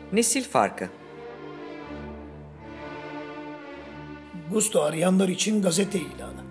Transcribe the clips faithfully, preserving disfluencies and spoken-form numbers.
Nesil farkı. Gusto arayanlar için gazete ilanı.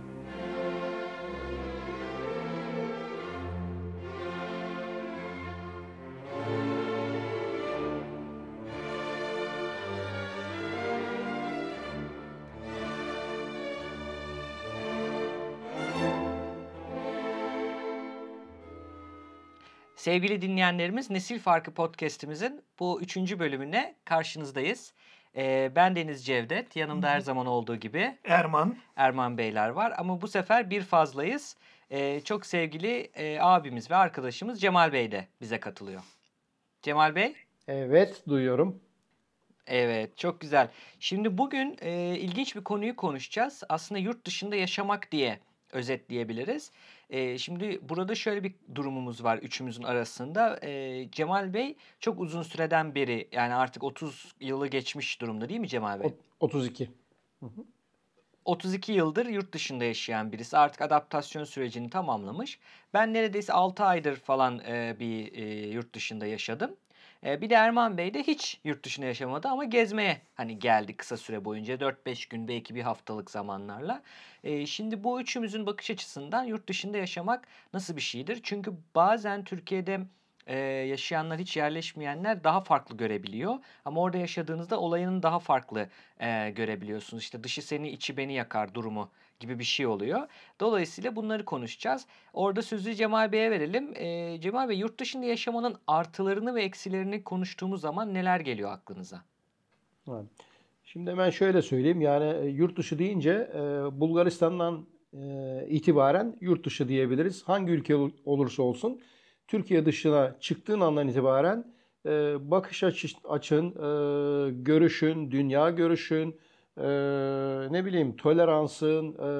Sevgili dinleyenlerimiz, Nesil Farkı podcast'imizin bu üçüncü bölümüne karşınızdayız. Ee, ben Deniz Cevdet, yanımda her zaman olduğu gibi Erman. Erman Beyler var. Ama bu sefer bir fazlayız. Ee, çok sevgili e, abimiz ve arkadaşımız Cemal Bey de bize katılıyor. Cemal Bey? Evet, duyuyorum. Evet, çok güzel. Şimdi bugün e, ilginç bir konuyu konuşacağız. Aslında yurt dışında yaşamak diye özetleyebiliriz. E, şimdi burada şöyle bir durumumuz var üçümüzün arasında. E, Cemal Bey çok uzun süreden beri, yani artık otuz yılı geçmiş durumda değil mi Cemal Bey? otuz iki. Hı hı. otuz iki yıldır yurt dışında yaşayan birisi. Artık adaptasyon sürecini tamamlamış. Ben neredeyse altı aydır falan e, bir e, yurt dışında yaşadım. E, bir de Erman Bey de hiç yurt dışında yaşamadı ama gezmeye hani geldi kısa süre boyunca. dört beş gün, belki bir haftalık zamanlarla. E, şimdi bu üçümüzün bakış açısından yurt dışında yaşamak nasıl bir şeydir? Çünkü bazen Türkiye'de e, yaşayanlar, hiç yerleşmeyenler daha farklı görebiliyor. Ama orada yaşadığınızda olayın daha farklı e, görebiliyorsunuz. İşte dışı seni, içi beni yakar durumu gibi bir şey oluyor. Dolayısıyla bunları konuşacağız. Orada sözü Cemal Bey'e verelim. E, Cemal Bey, yurt dışında yaşamanın artılarını ve eksilerini konuştuğumuz zaman neler geliyor aklınıza? Evet. Şimdi hemen şöyle söyleyeyim. Yani e, yurt dışı deyince e, Bulgaristan'dan e, itibaren yurt dışı diyebiliriz. Hangi ülke ol- olursa olsun Türkiye dışına çıktığın andan itibaren e, bakış açı, açın, e, görüşün, dünya görüşün, e, ne bileyim toleransın, e,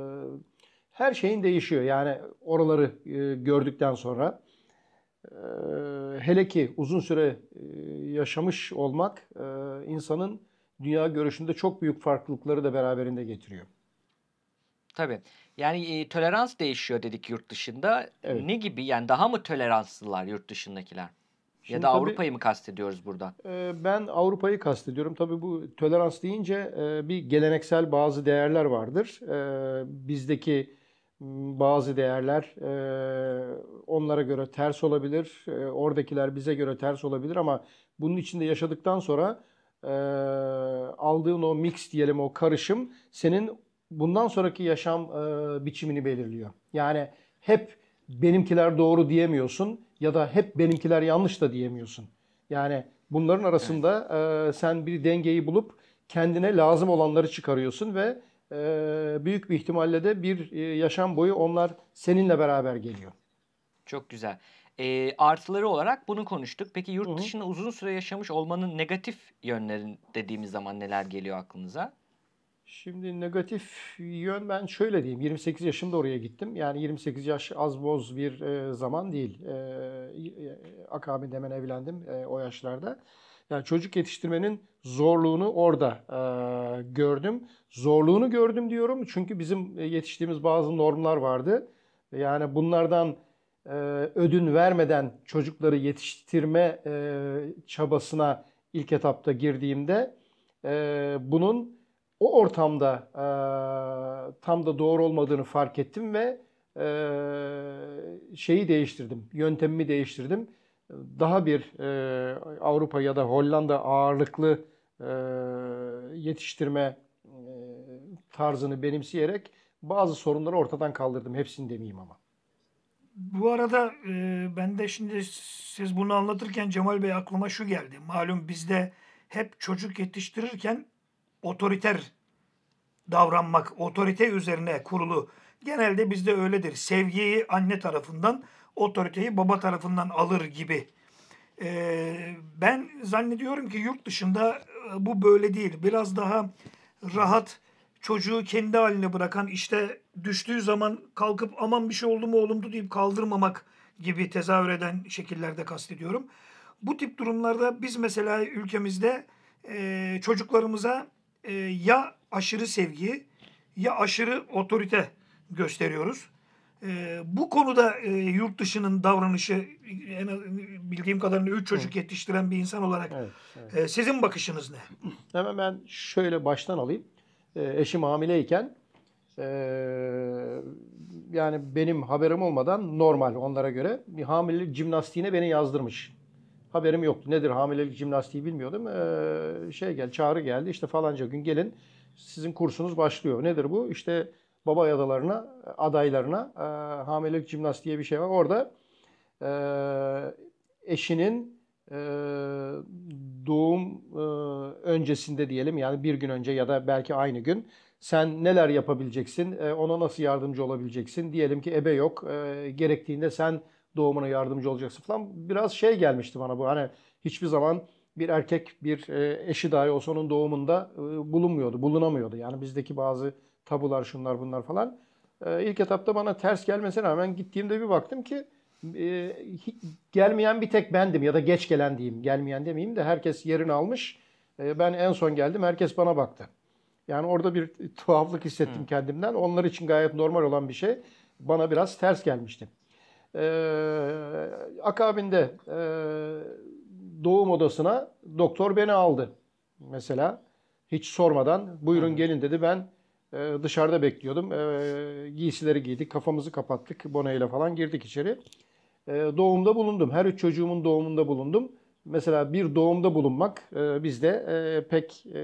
her şeyin değişiyor. Yani oraları e, gördükten sonra. Ee, hele ki uzun süre e, yaşamış olmak e, insanın dünya görüşünde çok büyük farklılıkları da beraberinde getiriyor. Tabii. Yani e, tolerans değişiyor dedik yurt dışında. Evet. Ne gibi? Yani daha mı toleranslılar yurt dışındakiler? Ya da Şimdi tabii Avrupa'yı mı kastediyoruz burada? e, ben Avrupa'yı kastediyorum. Tabii bu tolerans deyince e, bir geleneksel bazı değerler vardır. E, bizdeki m, bazı değerler e, onlara göre ters olabilir. E, oradakiler bize göre ters olabilir ama bunun içinde yaşadıktan sonra e, aldığın o mix diyelim, o karışım senin bundan sonraki yaşam e, biçimini belirliyor. Yani hep benimkiler doğru diyemiyorsun ya da hep benimkiler yanlış da diyemiyorsun. Yani bunların Evet. arasında e, sen bir dengeyi bulup kendine lazım olanları çıkarıyorsun ve e, büyük bir ihtimalle de bir e, yaşam boyu onlar seninle beraber geliyor. Çok güzel. Ee, artıları olarak bunu konuştuk. Peki Hı yurt hı. dışında uzun süre yaşamış olmanın negatif yönlerin dediğimiz zaman neler geliyor aklınıza? Şimdi negatif yön ben şöyle diyeyim. yirmi sekiz yaşımda oraya gittim. Yani yirmi sekiz yaş az boz bir e, zaman değil. E, e, akabinde hemen evlendim e, o yaşlarda. Yani çocuk yetiştirmenin zorluğunu orada e, gördüm. Zorluğunu gördüm diyorum çünkü bizim e, yetiştiğimiz bazı normlar vardı. Yani bunlardan e, ödün vermeden çocukları yetiştirme e, çabasına ilk etapta girdiğimde e, bunun o ortamda e, tam da doğru olmadığını fark ettim ve e, şeyi değiştirdim, yöntemimi değiştirdim. Daha bir e, Avrupa ya da Hollanda ağırlıklı e, yetiştirme e, tarzını benimseyerek bazı sorunları ortadan kaldırdım. Hepsini demeyeyim ama. Bu arada e, ben de şimdi siz bunu anlatırken Cemal Bey aklıma şu geldi. Malum bizde hep çocuk yetiştirirken otoriter davranmak, otorite üzerine kurulu. Genelde bizde öyledir. Sevgiyi anne tarafından, otoriteyi baba tarafından alır gibi. Ee, ben zannediyorum ki yurt dışında e, bu böyle değil. Biraz daha rahat, çocuğu kendi haline bırakan, işte düştüğü zaman kalkıp aman bir şey oldu mu oğlum deyip kaldırmamak gibi tezahür eden şekillerde kastediyorum. Bu tip durumlarda biz mesela ülkemizde e, çocuklarımıza e, ya aşırı sevgi ya aşırı otorite gösteriyoruz. E, bu konuda e, yurt dışının davranışı, en az- bildiğim kadarıyla üç Hı. çocuk yetiştiren bir insan olarak Evet, evet. e, sizin bakışınız ne? Hemen ben şöyle baştan alayım. Ee, eşim hamileyken ee, yani benim haberim olmadan normal onlara göre bir hamilelik jimnastiğine beni yazdırmış. Haberim yoktu. Nedir hamilelik jimnastiği bilmiyordum. Ee, şey gel, çağrı geldi. İşte falanca gün gelin. Sizin kursunuz başlıyor. Nedir bu? İşte baba adalarına, adaylarına e, hamilelik jimnastiği diye bir şey var. Orada e, eşinin e, doğum e, öncesinde diyelim yani bir gün önce ya da belki aynı gün sen neler yapabileceksin, e, ona nasıl yardımcı olabileceksin? Diyelim ki ebe yok, e, gerektiğinde sen doğumuna yardımcı olacaksın falan. Biraz şey gelmişti bana bu hani hiçbir zaman bir erkek bir e, eşi dahi olsa onun doğumunda e, bulunmuyordu, bulunamıyordu. Yani bizdeki bazı tabular şunlar bunlar falan. E, ilk etapta bana ters gelmesine rağmen gittiğimde bir baktım ki e, gelmeyen bir tek bendim ya da geç gelen diyeyim. Gelmeyen demeyeyim de herkes yerini almış. E, ben en son geldim. Herkes bana baktı. Yani orada bir tuhaflık hissettim Hı. kendimden. Onlar için gayet normal olan bir şey. Bana biraz ters gelmişti. Ee, akabinde e, doğum odasına doktor beni aldı. Mesela hiç sormadan Hı buyurun hı. gelin dedi. Ben e, dışarıda bekliyordum. E, giysileri giydik, kafamızı kapattık, boneyle falan girdik içeri. E, doğumda bulundum. Her üç çocuğumun doğumunda bulundum. Mesela bir doğumda bulunmak e, bizde e, pek e,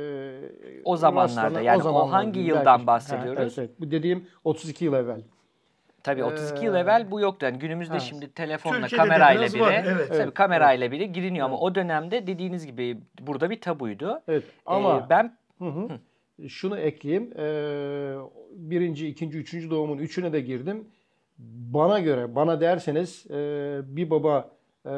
O zamanlarda rastlanan o yani o zamanlar hangi diyeyim belki. yıldan Ha, evet bahsediyoruz? evet. Bu dediğim otuz iki yıl evvel. Tabii otuz iki yıl Ee, evvel bu yoktu. Yani günümüzde ha, şimdi telefonla, Türkiye'de de kamerayla biraz var, bile evet. tabii evet, evet, kamerayla bile giriniyor ama evet, o dönemde dediğiniz gibi burada bir tabuydu. evet. Ee, Ama ben hı hı, Hı, şunu ekleyeyim. Ee, birinci, ikinci, üçüncü doğumun üçüne de girdim. Bana göre, bana derseniz e, bir baba e,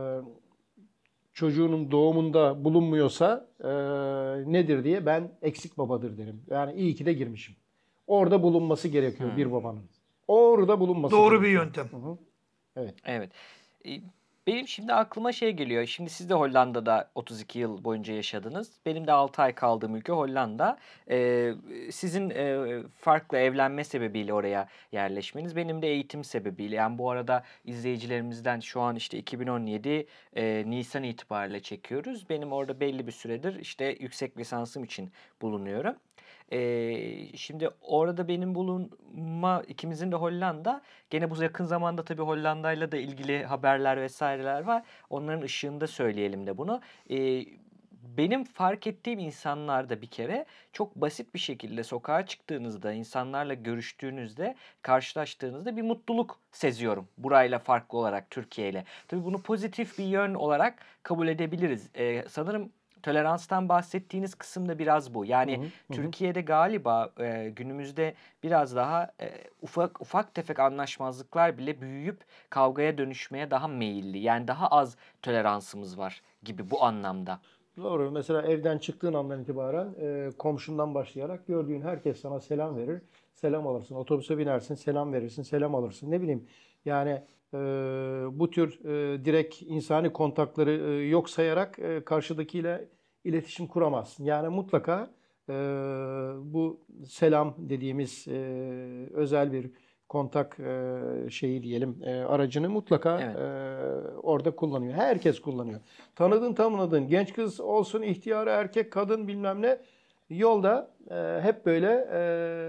çocuğunun doğumunda bulunmuyorsa e, nedir diye ben eksik babadır derim. Yani iyi ki de girmişim. Orada bulunması gerekiyor hı. bir babanın. Orada bulunması Doğru bir gerekiyor. yöntem. Hı hı, evet. Evet. E, Benim şimdi aklıma şey geliyor. Şimdi siz de Hollanda'da otuz iki yıl boyunca yaşadınız. Benim de altı ay kaldığım ülke Hollanda. Ee, sizin e, farklı evlenme sebebiyle oraya yerleşmeniz, benim de eğitim sebebiyle. Yani bu arada izleyicilerimizden şu an işte iki bin on yedi e, Nisan itibariyle çekiyoruz. Benim orada belli bir süredir işte yüksek lisansım için bulunuyorum. Ee, şimdi orada benim bulunma, ikimizin de Hollanda. Gene bu yakın zamanda tabii Hollanda'yla da ilgili haberler vesaireler var. Onların ışığında söyleyelim de bunu. Ee, benim fark ettiğim insanlarda bir kere çok basit bir şekilde sokağa çıktığınızda, insanlarla görüştüğünüzde, karşılaştığınızda bir mutluluk seziyorum. Burayla farklı olarak Türkiye ile. Tabii bunu pozitif bir yön olarak kabul edebiliriz. Ee, sanırım toleranstan bahsettiğiniz kısım da biraz bu. Hı Yani hı, hı hı. Türkiye'de galiba e, günümüzde biraz daha e, ufak ufak tefek anlaşmazlıklar bile büyüyüp kavgaya dönüşmeye daha meyilli. Yani daha az toleransımız var gibi bu anlamda. Doğru. Mesela evden çıktığın andan itibaren e, komşundan başlayarak gördüğün herkes sana selam verir. Selam alırsın. Otobüse binersin, selam verirsin, selam alırsın. Ne bileyim. Yani e, bu tür e, direkt insani kontakları e, yok sayarak e, karşıdakiyle iletişim kuramazsın. Yani mutlaka e, bu selam dediğimiz e, özel bir kontak e, şeyi diyelim e, aracını mutlaka Evet. e, orada kullanıyor. Herkes kullanıyor. Tanıdığın tanımadığın genç kız olsun, ihtiyarı, erkek, kadın bilmem ne yolda e, hep böyle e,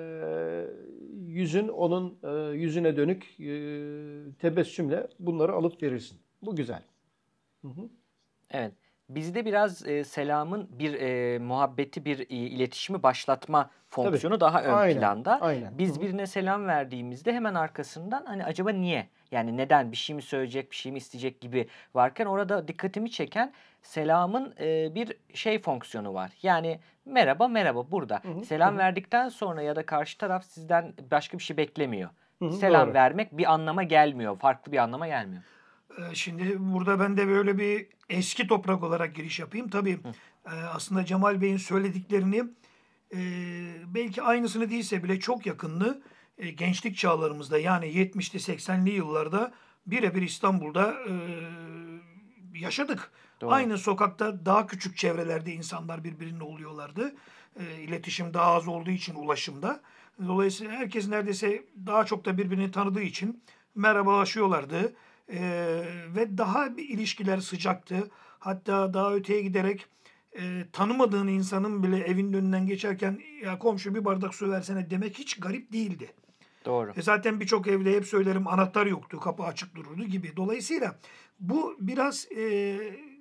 yüzün onun e, yüzüne dönük e, tebessümle bunları alıp verirsin. Bu güzel. Hı hı. Evet. Bizde biraz e, selamın bir e, muhabbeti, bir e, iletişimi başlatma Tabii. fonksiyonu daha ön Aynen. planda. Aynen. Hı Biz hı. birine selam verdiğimizde hemen arkasından hani acaba niye? Yani neden bir şey mi söyleyecek, bir şey mi isteyecek gibi varken orada dikkatimi çeken selamın e, bir şey fonksiyonu var. Yani merhaba merhaba burada. Hı hı. Hı Selam hı. verdikten sonra ya da karşı taraf sizden başka bir şey beklemiyor. Hı hı. Selam Doğru. vermek bir anlama gelmiyor, farklı bir anlama gelmiyor. Ee, Şimdi burada ben de böyle bir eski toprak olarak giriş yapayım. Tabii Hı. e, aslında Cemal Bey'in söylediklerini e, belki aynısını değilse bile çok yakınını e, gençlik çağlarımızda yani yetmişli seksenli yıllarda birebir İstanbul'da e, yaşadık. Doğru. Aynı sokakta daha küçük çevrelerde insanlar birbirine oluyorlardı. E, iletişim daha az olduğu için ulaşımda. Dolayısıyla herkes neredeyse daha çok da birbirini tanıdığı için merhabalaşıyorlardı. Ee, ve daha bir ilişkiler sıcaktı. Hatta daha öteye giderek e, tanımadığın insanın bile evinin önünden geçerken ya komşu bir bardak su versene demek hiç garip değildi. Doğru. E zaten birçok evde hep söylerim anahtar yoktu, kapı açık dururdu gibi. Dolayısıyla bu biraz e,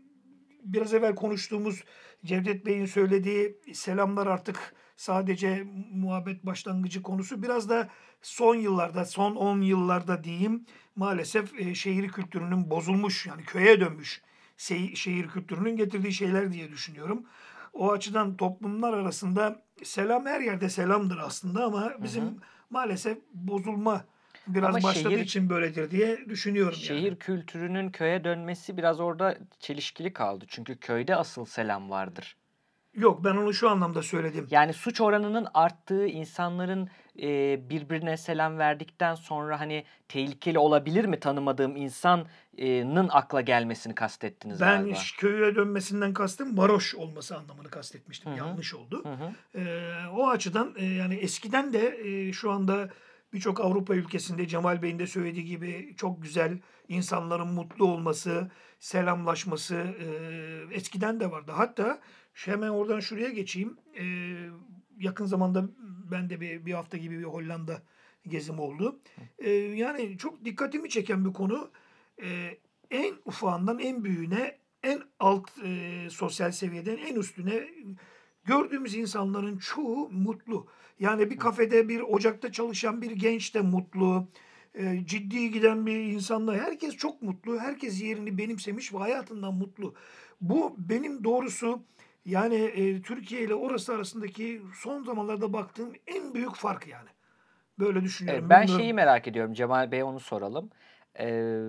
biraz evvel konuştuğumuz Cevdet Bey'in söylediği selamlar artık sadece muhabbet başlangıcı konusu. Biraz da son yıllarda, son on yıllarda diyeyim maalesef e, şehir kültürünün bozulmuş yani köye dönmüş se- şehir kültürünün getirdiği şeyler diye düşünüyorum. O açıdan toplumlar arasında selam her yerde selamdır aslında ama Hı bizim hı. maalesef bozulma Ama biraz başladığı şehir için böyledir diye düşünüyorum yani. şehir kültürünün köye dönmesi biraz orada çelişkili kaldı. Çünkü köyde asıl selam vardır. Yok ben onu şu anlamda söyledim. Yani suç oranının arttığı, insanların e, birbirine selam verdikten sonra hani tehlikeli olabilir mi tanımadığım insanın akla gelmesini kastettiniz Ben galiba. iş- köye dönmesinden kastım varoş olması anlamını Hı kastetmiştim. hı. Yanlış oldu. Hı hı. Ee, o açıdan e, yani eskiden de e, şu anda birçok Avrupa ülkesinde Cemal Bey'in de söylediği gibi çok güzel insanların mutlu olması, selamlaşması e, eskiden de vardı. Hatta şu- hemen oradan şuraya geçeyim. E, yakın zamanda ben de bir, bir hafta gibi bir Hollanda gezim oldu. E, yani çok dikkatimi çeken bir konu. E, en ufağından en büyüğüne, en alt e, sosyal seviyeden en üstüne gördüğümüz insanların çoğu mutlu. Yani bir Hı. kafede, bir ocakta çalışan bir genç de mutlu. E, ciddi giden bir insanla herkes çok mutlu. Herkes yerini benimsemiş ve hayatından mutlu. Bu benim doğrusu yani e, Türkiye ile orası arasındaki son zamanlarda baktığım en büyük fark yani. Böyle Evet, düşünüyorum. ben şeyi Bilmiyorum. merak ediyorum. Cemal Bey'e onu soralım. Ee,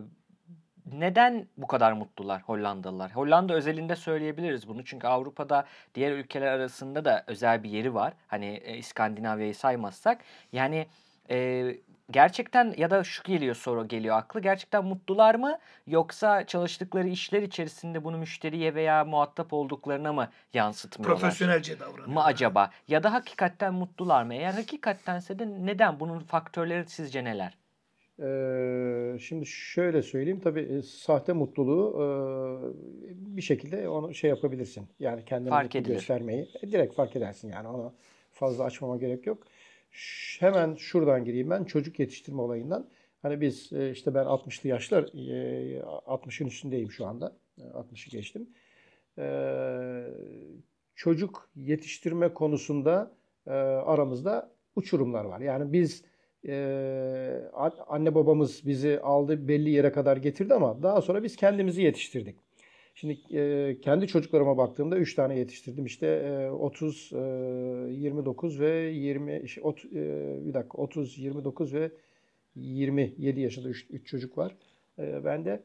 neden bu kadar mutlular Hollandalılar? Hollanda özelinde söyleyebiliriz bunu. Çünkü Avrupa'da diğer ülkeler arasında da özel bir yeri var. Hani e, İskandinavya'yı saymazsak. Yani e, gerçekten ya da şu geliyor soru geliyor aklı. Gerçekten mutlular mı? Yoksa çalıştıkları işler içerisinde bunu müşteriye veya muhatap olduklarına mı yansıtmıyorlar? Profesyonelce Mı davranıyorlar. Evet. acaba? Ya da hakikaten mutlular mı? Eğer hakikattense de neden? Bunun faktörleri sizce neler? Ee, şimdi şöyle söyleyeyim. Tabii e, sahte mutluluğu e, bir şekilde onu şey yapabilirsin. Yani kendini Fark mutlu edilir. göstermeyi e, direkt fark edersin yani onu fazla açmama gerek yok. Ş- hemen şuradan gireyim ben çocuk yetiştirme olayından. Hani biz e, işte ben altmışlı yaşlar e, altmışın üstündeyim şu anda. E, altmışı geçtim. Ee, çocuk yetiştirme konusunda e, aramızda uçurumlar var. Yani biz e, anne babamız bizi aldı belli yere kadar getirdi ama daha sonra biz kendimizi yetiştirdik. Şimdi e, kendi çocuklarıma baktığımda üç tane yetiştirdim. İşte e, otuz, e, yirmi dokuz ve yirmi şey, ot, e, bir dakika otuz, yirmi dokuz ve yirmi yedi yaşında üç çocuk var. E, ben de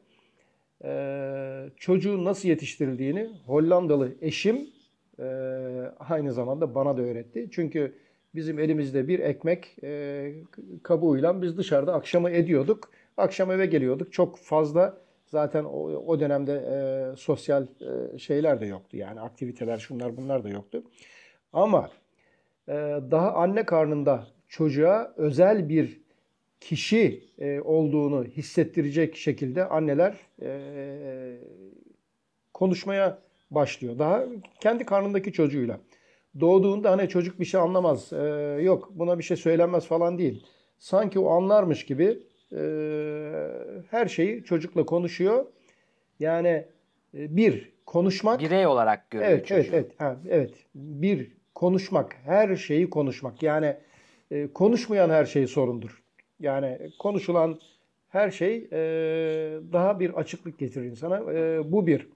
ee, çocuğun nasıl yetiştirildiğini Hollandalı eşim e, aynı zamanda bana da öğretti. Çünkü bizim elimizde bir ekmek e, kabuğuyla biz dışarıda akşamı ediyorduk. Akşam eve geliyorduk. Çok fazla zaten o, o dönemde e, sosyal e, şeyler de yoktu. Yani aktiviteler şunlar bunlar da yoktu. Ama e, daha anne karnında çocuğa özel bir kişi e, olduğunu hissettirecek şekilde anneler e, konuşmaya başlıyor. Daha kendi karnındaki çocuğuyla. Doğduğunda hani çocuk bir şey anlamaz, e, yok buna bir şey söylenmez falan değil. Sanki o anlarmış gibi e, her şeyi çocukla konuşuyor. Yani e, bir konuşmak, Birey olarak görüyor evet evet çocuğu. evet ha, evet bir konuşmak, her şeyi konuşmak. Yani e, konuşmayan her şey sorundur. Yani konuşulan her şey e, daha bir açıklık getirir insana. E, bu bir.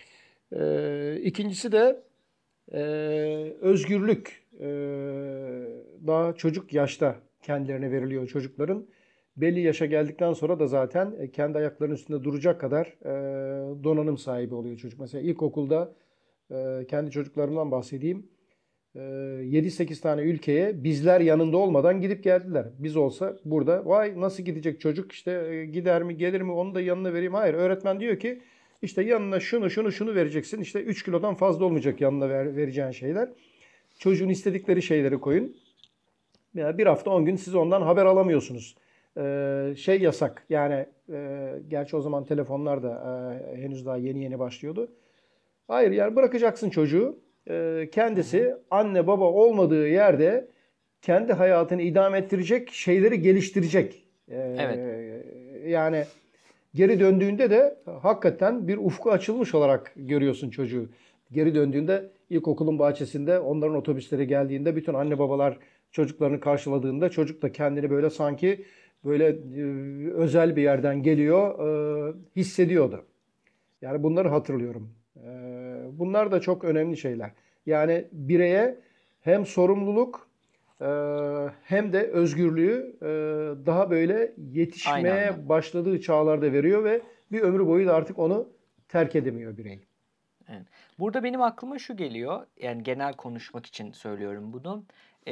E, ikincisi de e, özgürlük. E, daha çocuk yaşta kendilerine veriliyor çocukların. Belli yaşa geldikten sonra da zaten e, kendi ayaklarının üstünde duracak kadar e, donanım sahibi oluyor çocuk. Mesela ilkokulda e, kendi çocuklarımdan bahsedeyim. E, yedi sekiz tane ülkeye bizler yanında olmadan gidip geldiler. Biz olsa burada vay nasıl gidecek çocuk işte e, gider mi gelir mi onu da yanına vereyim. Hayır öğretmen diyor ki işte yanına şunu şunu şunu vereceksin. İşte üç kilodan fazla olmayacak yanına ver, vereceğin şeyler. Çocuğun istedikleri şeyleri koyun. Ya bir hafta on gün siz ondan haber alamıyorsunuz. Ee, şey yasak. Yani e, gerçi o zaman telefonlar da e, henüz daha yeni yeni başlıyordu. Hayır yani bırakacaksın çocuğu. Ee, Hı hı. kendisi anne baba olmadığı yerde kendi hayatını idame ettirecek şeyleri geliştirecek. Evet. Ee, yani geri döndüğünde de hakikaten bir ufku açılmış olarak görüyorsun çocuğu. Geri döndüğünde ilkokulun bahçesinde onların otobüsleri geldiğinde bütün anne babalar çocuklarını karşıladığında çocuk da kendini böyle sanki böyle e, özel bir yerden geliyor e, hissediyordu. Yani bunları hatırlıyorum. E, bunlar da çok önemli şeyler. Yani bireye hem sorumluluk e, hem de özgürlüğü e, daha böyle Aynı anda. yetişmeye başladığı çağlarda veriyor ve bir ömrü boyu da artık onu terk edemiyor birey. Evet. Burada benim aklıma şu geliyor. Yani genel konuşmak için söylüyorum bunu. Ee,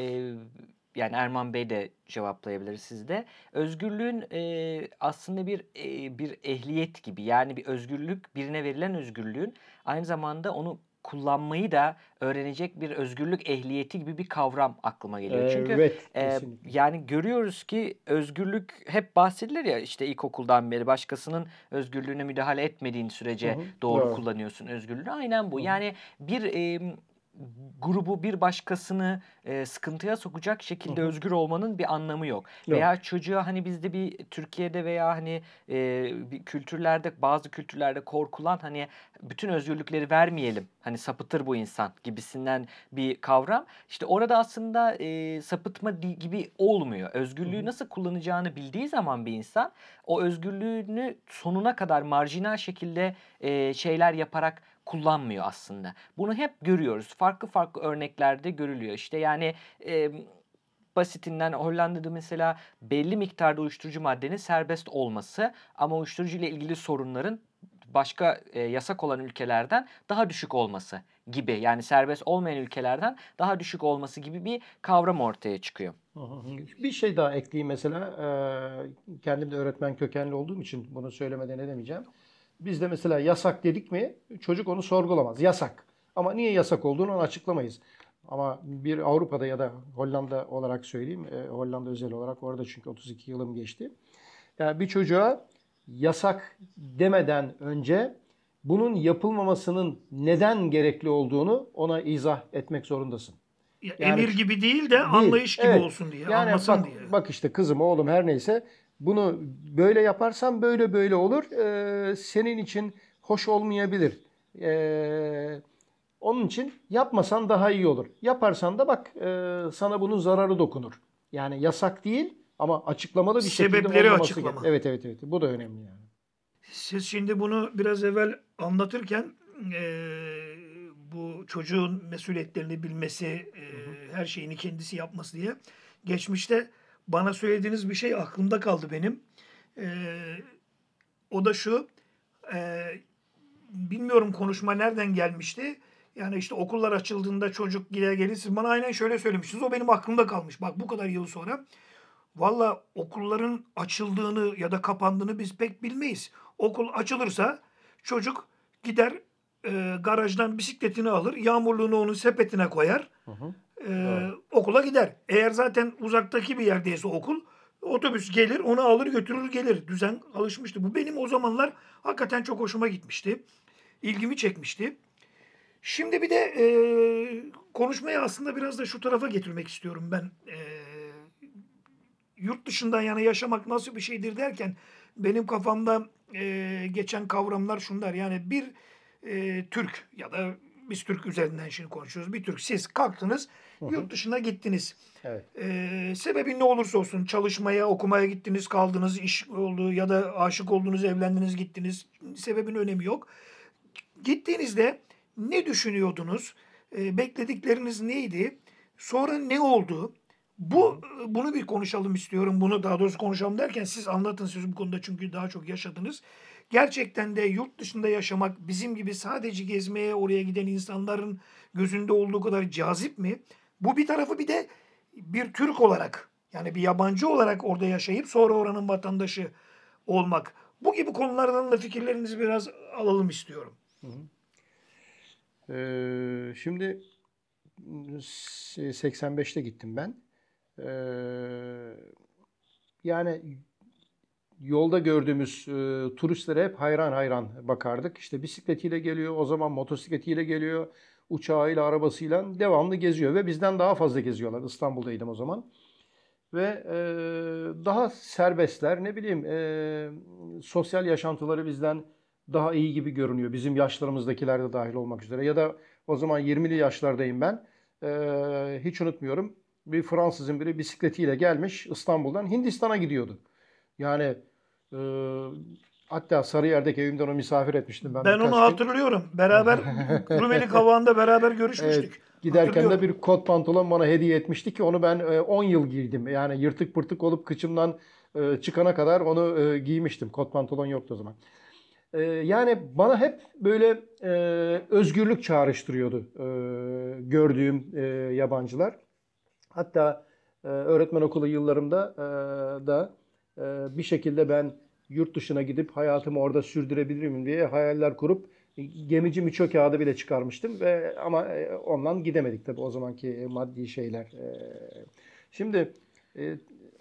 yani Erman Bey de cevaplayabilir siz de. Özgürlüğün e, aslında bir e, bir ehliyet gibi. Yani bir özgürlük, birine verilen özgürlüğün aynı zamanda onu kullanmayı da öğrenecek bir özgürlük ehliyeti gibi bir kavram aklıma geliyor. Çünkü Evet, e, kesinlikle. yani görüyoruz ki özgürlük hep bahsedilir ya, işte ilkokuldan beri başkasının özgürlüğüne müdahale etmediğin Hı sürece hı, doğru doğru. kullanıyorsun özgürlüğünü. Aynen Hı bu. hı, Yani bir e, grubu, bir başkasını e, sıkıntıya sokacak hı şekilde hı. özgür olmanın bir anlamı yok. Yok. Veya çocuğa, hani bizde bir Türkiye'de veya hani e, bir kültürlerde, bazı kültürlerde korkulan, hani bütün özgürlükleri vermeyelim, hani sapıtır bu insan gibisinden bir kavram. İşte orada aslında e, sapıtma di- gibi olmuyor. Hı Özgürlüğü hı, nasıl kullanacağını bildiği zaman bir insan o özgürlüğünü sonuna kadar marjinal şekilde e, şeyler yaparak kullanmıyor aslında. Bunu hep görüyoruz. Farklı farklı örneklerde görülüyor. İşte yani e, basitinden Hollanda'da mesela belli miktarda uyuşturucu maddenin serbest olması ama uyuşturucu ile ilgili sorunların başka e, yasak olan ülkelerden daha düşük olması gibi, yani serbest olmayan ülkelerden daha düşük olması gibi bir kavram ortaya çıkıyor. hı hı. Bir şey daha ekleyeyim mesela. Eee, kendim de öğretmen kökenli olduğum için bunu söylemeden edemeyeceğim. Bizde mesela yasak dedik mi çocuk onu sorgulamaz. Yasak. Ama niye yasak olduğunu onu açıklamayız. Ama bir Avrupa'da ya da Hollanda olarak söyleyeyim. eee, Hollanda özel olarak orada çünkü otuz iki yılım geçti. Yani bir çocuğa yasak demeden önce bunun yapılmamasının neden gerekli olduğunu ona izah etmek zorundasın. Ya Yani emir gibi değil de değil. anlayış gibi Evet. olsun diye, Yani anlasın bak diye. bak işte kızım oğlum her neyse bunu böyle yaparsan böyle böyle olur. Ee, senin için hoş olmayabilir. Ee, onun için yapmasan daha iyi olur. Yaparsan da bak e, sana bunun zararı dokunur. Yani yasak değil ama açıklamalı bir şekilde Sebepleri olmaması gerek. açıklama. Evet evet evet. Bu da önemli yani. Siz şimdi bunu biraz evvel anlatırken eee, bu çocuğun mesuliyetlerini bilmesi, Hı hı. eee, her şeyini kendisi yapması diye geçmişte bana söylediğiniz bir şey aklımda kaldı benim. Eee, o da şu, eee, bilmiyorum konuşma nereden gelmişti. Yani işte okullar açıldığında çocuk gider gelir. Siz bana aynen şöyle söylemiştiniz. O benim aklımda kalmış. Bak bu kadar yıl sonra. Valla okulların açıldığını ya da kapandığını biz pek bilmeyiz. Okul açılırsa çocuk gider e, garajdan bisikletini alır, yağmurluğunu onun sepetine koyar, Hı hı. e, Doğru. okula gider. Eğer zaten uzaktaki bir yerdeyse okul, otobüs gelir, onu alır götürür gelir. Düzen alışmıştı. Bu benim o zamanlar hakikaten çok hoşuma gitmişti. İlgimi çekmişti. Şimdi bir de e, konuşmayı aslında biraz da şu tarafa getirmek istiyorum ben. E, yurt dışından yana yaşamak nasıl bir şeydir derken benim kafamda e, geçen kavramlar şunlar. Yani bir e, Türk ya da biz Türk üzerinden şimdi konuşuyoruz. Bir Türk, siz kalktınız Hı hı. yurt dışına gittiniz. Evet. E, sebebi ne olursa olsun, çalışmaya, okumaya gittiniz, kaldınız, iş oldu ya da aşık oldunuz, evlendiniz, gittiniz. Sebebin önemi yok. Gittiğinizde ne düşünüyordunuz? E, bekledikleriniz neydi? Sonra ne oldu? Hı Bu hı. bunu bir konuşalım istiyorum. Bunu daha doğrusu konuşalım derken siz anlatın, siz bu konuda çünkü daha çok yaşadınız. Gerçekten de yurt dışında yaşamak bizim gibi sadece gezmeye oraya giden insanların gözünde olduğu kadar cazip mi? Bu bir tarafı, bir de bir Türk olarak, yani bir yabancı olarak orada yaşayıp sonra oranın vatandaşı olmak. Bu gibi konulardan da fikirlerinizi biraz alalım istiyorum. Hı hı. Ee, şimdi s- seksen beşte gittim ben. Ee, yani yolda gördüğümüz e, turistlere hep hayran hayran bakardık. İşte bisikletiyle geliyor, o zaman motosikletiyle geliyor, uçağıyla, arabasıyla devamlı geziyor ve bizden daha fazla geziyorlar. İstanbul'daydım o zaman. Ve e, daha serbestler, ne bileyim, e, sosyal yaşantıları bizden daha iyi gibi görünüyor. Bizim yaşlarımızdakiler de dahil olmak üzere. Ya da o zaman yirmili yaşlardayım ben. E, hiç unutmuyorum. Bir Fransızın biri bisikletiyle gelmiş, İstanbul'dan Hindistan'a gidiyordu. Yani e, hatta Sarıyer'deki evimden onu misafir etmiştim ben Ben onu birkaç gün. hatırlıyorum. Beraber Rumeli Kavağı'nda beraber Evet, görüşmüştük. giderken de Hatırlıyorum. bir kot pantolon bana hediye etmişti ki onu ben e, on yıl giydim. Yani yırtık pırtık olup kıçımdan e, çıkana kadar onu e, giymiştim. Kot pantolon yoktu o zaman. E, yani bana hep böyle e, özgürlük çağrıştırıyordu e, gördüğüm e, yabancılar. Hatta e, öğretmen okulu yıllarımda e, da e, bir şekilde ben yurt dışına gidip hayatımı orada sürdürebilirim diye hayaller kurup gemici miço kağıdı bile çıkarmıştım ve ama e, ondan gidemedik tabii o zamanki maddi şeyler. E, şimdi e,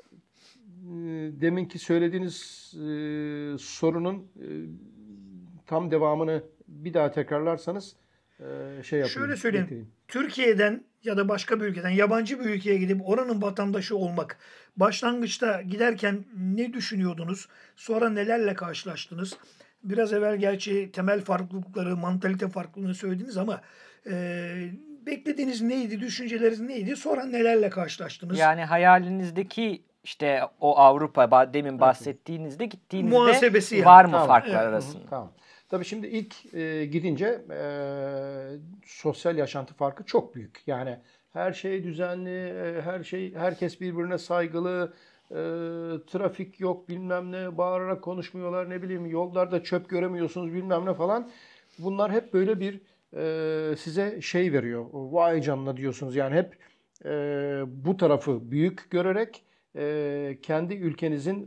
deminki söylediğiniz e, sorunun e, tam devamını bir daha tekrarlarsanız e, şey Şöyle yapayım, söyleyeyim. getireyim. Türkiye'den ya da başka bir ülkeden, yabancı bir ülkeye gidip oranın vatandaşı olmak, başlangıçta giderken ne düşünüyordunuz? Sonra nelerle karşılaştınız? Biraz evvel gerçi temel farklılıkları, mantalite farklılığını söylediniz ama e, beklediğiniz neydi, düşünceleriniz neydi? Sonra nelerle karşılaştınız? Yani hayalinizdeki işte o Avrupa ba- demin Okey. bahsettiğinizde gittiğinizde Muhasebesi yani. var mı Tamam. farklar Evet. Hı hı, arasında? tamam. Tabii şimdi ilk e, gidince e, sosyal yaşantı farkı çok büyük. Yani her şey düzenli, e, her şey herkes birbirine saygılı, e, trafik yok bilmem ne, bağırarak konuşmuyorlar ne bileyim yollarda çöp göremiyorsunuz bilmem ne falan. Bunlar hep böyle bir e, size şey veriyor. Vay canına diyorsunuz yani hep e, bu tarafı büyük görerek e, kendi ülkenizin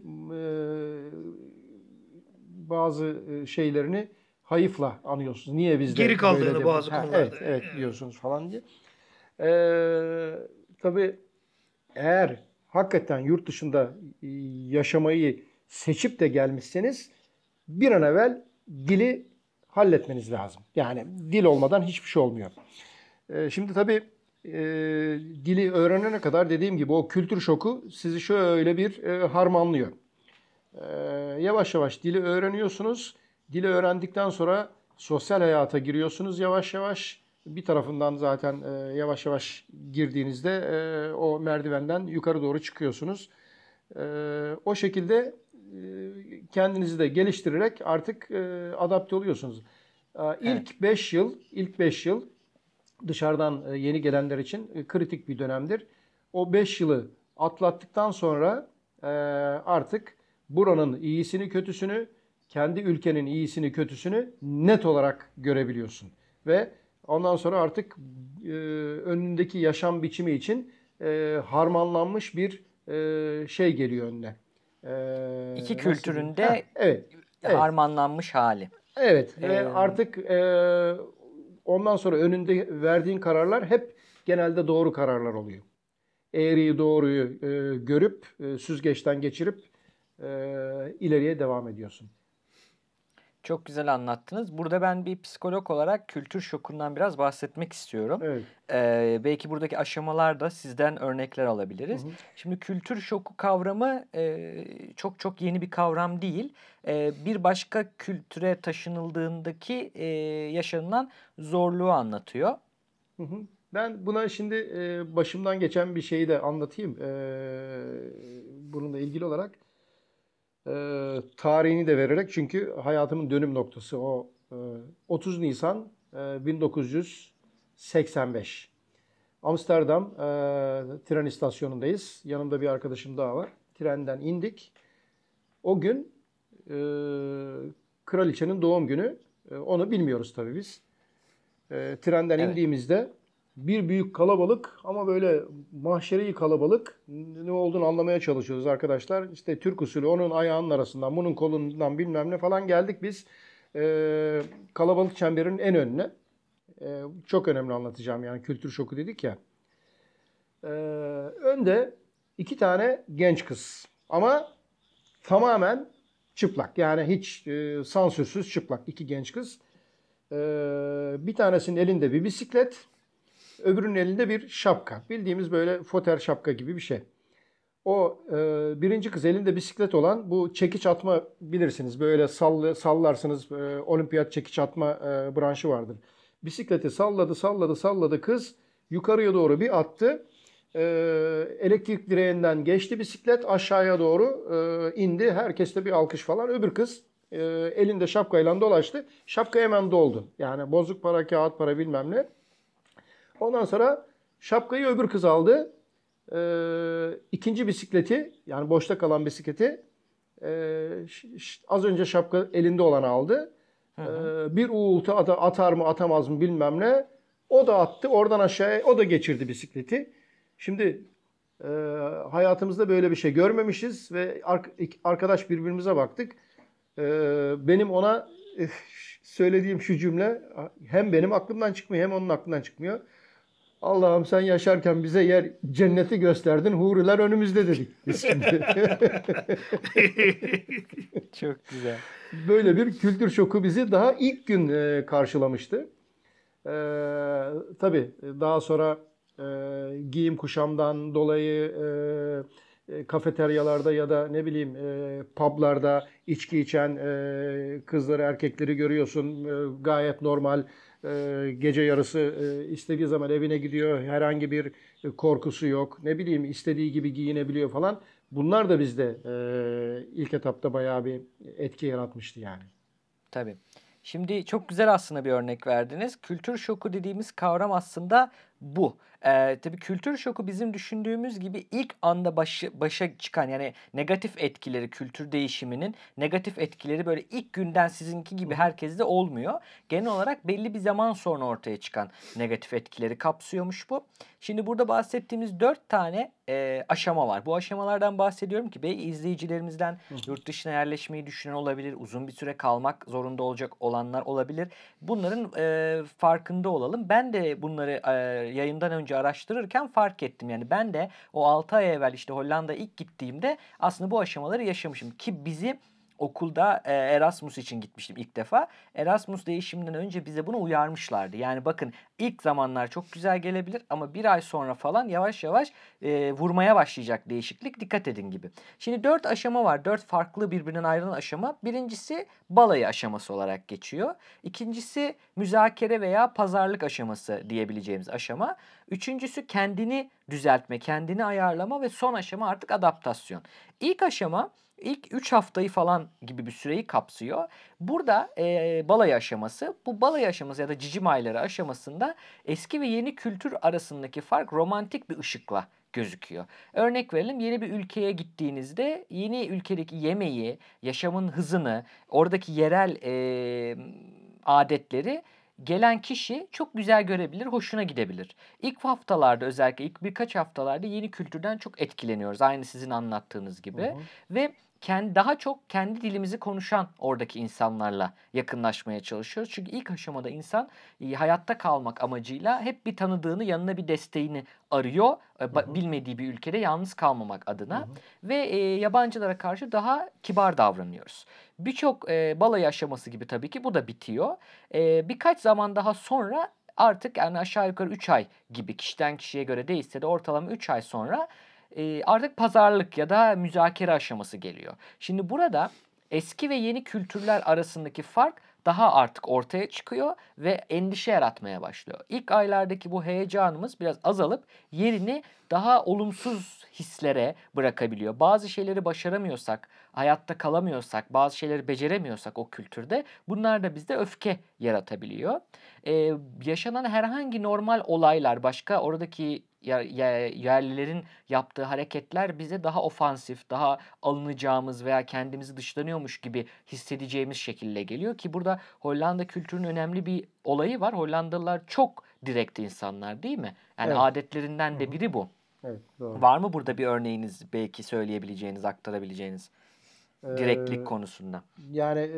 e, bazı e, şeylerini hayıfla anıyorsunuz. Niye Geri bizde böyle kaldığını de bazı ha, konularda. evet evet diyorsunuz falan diye. Ee, tabii eğer hakikaten yurt dışında e, yaşamayı seçip de gelmişseniz bir an evvel dili halletmeniz lazım. Yani dil olmadan hiçbir şey olmuyor. Ee, şimdi tabii e, dili öğrenene kadar dediğim gibi o kültür şoku sizi şöyle bir e, harmanlıyor. Ee, yavaş yavaş dili öğreniyorsunuz. Dili öğrendikten sonra sosyal hayata giriyorsunuz yavaş yavaş. Bir tarafından zaten e, yavaş yavaş girdiğinizde e, o merdivenden yukarı doğru çıkıyorsunuz. E, o şekilde e, kendinizi de geliştirerek artık e, adapte oluyorsunuz. E, Evet. ilk beş yıl, ilk beş yıl dışarıdan e, yeni gelenler için e, kritik bir dönemdir. O beş yılı atlattıktan sonra e, artık buranın iyisini kötüsünü, kendi ülkenin iyisini kötüsünü net olarak görebiliyorsun. Ve ondan sonra artık e, önündeki yaşam biçimi için e, harmanlanmış bir e, şey geliyor önüne. E, İki nasıl diyeyim? kültürün Heh, de evet, evet. harmanlanmış hali. Evet ve Ee, artık e, ondan sonra önünde verdiğin kararlar hep genelde doğru kararlar oluyor. Eğriyi doğruyu e, görüp e, süzgeçten geçirip e, ileriye devam ediyorsun. Çok güzel anlattınız. Burada ben bir psikolog olarak kültür şokundan biraz bahsetmek istiyorum. Evet. Ee, belki buradaki aşamalarda sizden örnekler Hı alabiliriz. hı. Şimdi kültür şoku kavramı e, çok çok yeni bir kavram değil. E, bir başka kültüre taşınıldığındaki e, yaşanılan zorluğu anlatıyor. Hı hı. Ben buna şimdi e, başımdan geçen bir şeyi de anlatayım. E, bununla ilgili olarak e, tarihini de vererek çünkü hayatımın dönüm noktası o e, otuz Nisan e, bin dokuz yüz seksen beş. Amsterdam e, tren istasyonundayız. Yanımda bir arkadaşım daha var. Trenden indik. O gün e, kraliçenin doğum günü. E, onu bilmiyoruz tabii biz. E, trenden Evet. indiğimizde bir büyük kalabalık ama böyle mahşeri kalabalık. Ne olduğunu anlamaya çalışıyoruz arkadaşlar. İşte Türk usulü onun ayağının arasından, bunun kolundan bilmem ne falan geldik biz. E, kalabalık çemberinin en önüne. E, çok önemli anlatacağım yani kültür şoku dedik ya. Ee, önde iki tane genç kız. Ama tamamen çıplak. Yani hiç e, sansürsüz çıplak iki genç kız. E, bir tanesinin elinde bir bisiklet, öbürünün elinde bir şapka. Bildiğimiz böyle foter şapka gibi bir şey. O e, birinci kız elinde bisiklet olan bu çekiç atma bilirsiniz. Böyle sall sallarsınız. E, olimpiyat çekiç atma e, branşı vardır. Bisikleti salladı, salladı, salladı kız. Yukarıya doğru bir attı. E, elektrik direğinden geçti bisiklet. Aşağıya doğru e, indi. Herkes de bir alkış falan. Öbür kız e, elinde şapkayla dolaştı. Şapka hemen doldu. Yani bozuk para, kağıt para bilmem ne. Ondan sonra şapkayı öbür kız aldı. Ee, ikinci bisikleti yani boşta kalan bisikleti e, az önce şapka elinde olanı aldı. Hı Ee, hı. bir uğultu atar mı atamaz mı bilmem ne. O da attı. Oradan aşağıya o da geçirdi bisikleti. Şimdi e, hayatımızda böyle bir şey görmemişiz ve arkadaş birbirimize baktık. Ee, benim ona eh, söylediğim şu cümle hem benim aklımdan çıkmıyor hem onun aklından çıkmıyor. Allah'ım sen yaşarken bize yer cenneti gösterdin. Huriler önümüzde dedik biz şimdi. Çok güzel. Böyle bir kültür şoku bizi daha ilk gün e, karşılamıştı. E, tabii daha sonra e, giyim kuşamdan dolayı e, e, kafeteryalarda ya da ne bileyim e, publarda içki içen e, kızları erkekleri görüyorsun. E, gayet normal. E, gece yarısı e, istediği zaman evine gidiyor. Herhangi bir e, korkusu yok. Ne bileyim istediği gibi giyinebiliyor falan. Bunlar da bizde e, ilk etapta bayağı bir etki yaratmıştı yani. Tabii. Şimdi çok güzel aslında bir örnek verdiniz. Kültür şoku dediğimiz kavram aslında bu. Ee, tabii kültür şoku bizim düşündüğümüz gibi ilk anda başı, başa çıkan yani negatif etkileri, kültür değişiminin negatif etkileri böyle ilk günden sizinki Hı gibi hı. herkeste olmuyor. Genel olarak belli bir zaman sonra ortaya çıkan negatif etkileri kapsıyormuş bu. Şimdi burada bahsettiğimiz dört tane e, aşama var. Bu aşamalardan bahsediyorum ki belki izleyicilerimizden Hı hı. yurt dışına yerleşmeyi düşünen olabilir, uzun bir süre kalmak zorunda olacak olanlar olabilir. Bunların e, farkında olalım. Ben de bunları e, yayından önce araştırırken fark ettim. Yani ben de o altı ay evvel işte Hollanda'ya ilk gittiğimde aslında bu aşamaları yaşamışım. Ki bizi okulda e, Erasmus için gitmiştim ilk defa. Erasmus değişiminden önce bize bunu uyarmışlardı. Yani bakın ilk zamanlar çok güzel gelebilir ama bir ay sonra falan yavaş yavaş e, vurmaya başlayacak değişiklik. Dikkat edin gibi. Şimdi dört aşama var. Dört farklı birbirinden ayrılan aşama. Birincisi balayı aşaması olarak geçiyor. İkincisi müzakere veya pazarlık aşaması diyebileceğimiz aşama. Üçüncüsü kendini düzeltme, kendini ayarlama ve son aşama artık adaptasyon. İlk aşama ilk üç haftayı falan gibi bir süreyi kapsıyor. Burada e, balayı aşaması, bu balayı aşaması ya da cicim ayları aşamasında eski ve yeni kültür arasındaki fark romantik bir ışıkla gözüküyor. Örnek verelim, yeni bir ülkeye gittiğinizde yeni ülkedeki yemeği, yaşamın hızını, oradaki yerel e, adetleri gelen kişi çok güzel görebilir, hoşuna gidebilir. İlk haftalarda özellikle ilk birkaç haftalarda yeni kültürden çok etkileniyoruz. Aynı sizin anlattığınız Hı gibi. hı. Ve kendi, daha çok kendi dilimizi konuşan oradaki insanlarla yakınlaşmaya çalışıyoruz. Çünkü ilk aşamada insan e, hayatta kalmak amacıyla hep bir tanıdığını, yanına bir desteğini arıyor. E, Hı hı. bilmediği bir ülkede yalnız kalmamak Hı adına. hı. Ve e, yabancılara karşı daha kibar davranıyoruz. Birçok e, balayı aşaması gibi tabii ki bu da bitiyor. E, birkaç zaman daha sonra artık yani aşağı yukarı üç ay gibi kişiden kişiye göre değişse de ortalama üç ay sonra e, artık pazarlık ya da müzakere aşaması geliyor. Şimdi burada eski ve yeni kültürler arasındaki fark daha artık ortaya çıkıyor ve endişe yaratmaya başlıyor. İlk aylardaki bu heyecanımız biraz azalıp yerini daha olumsuz hislere bırakabiliyor. Bazı şeyleri başaramıyorsak, hayatta kalamıyorsak, bazı şeyleri beceremiyorsak o kültürde bunlar da bizde öfke yaratabiliyor. Ee, yaşanan herhangi normal olaylar, başka oradaki yerlilerin yaptığı hareketler bize daha ofansif, daha alınacağımız veya kendimizi dışlanıyormuş gibi hissedeceğimiz şekilde geliyor ki burada Hollanda kültürünün önemli bir olayı var. Hollandalılar çok direkt insanlar değil mi? Yani Evet. Hı adetlerinden de hı. biri bu. Evet, doğru. Var mı burada bir örneğiniz belki söyleyebileceğiniz, aktarabileceğiniz direktlik Ee, konusunda? yani e,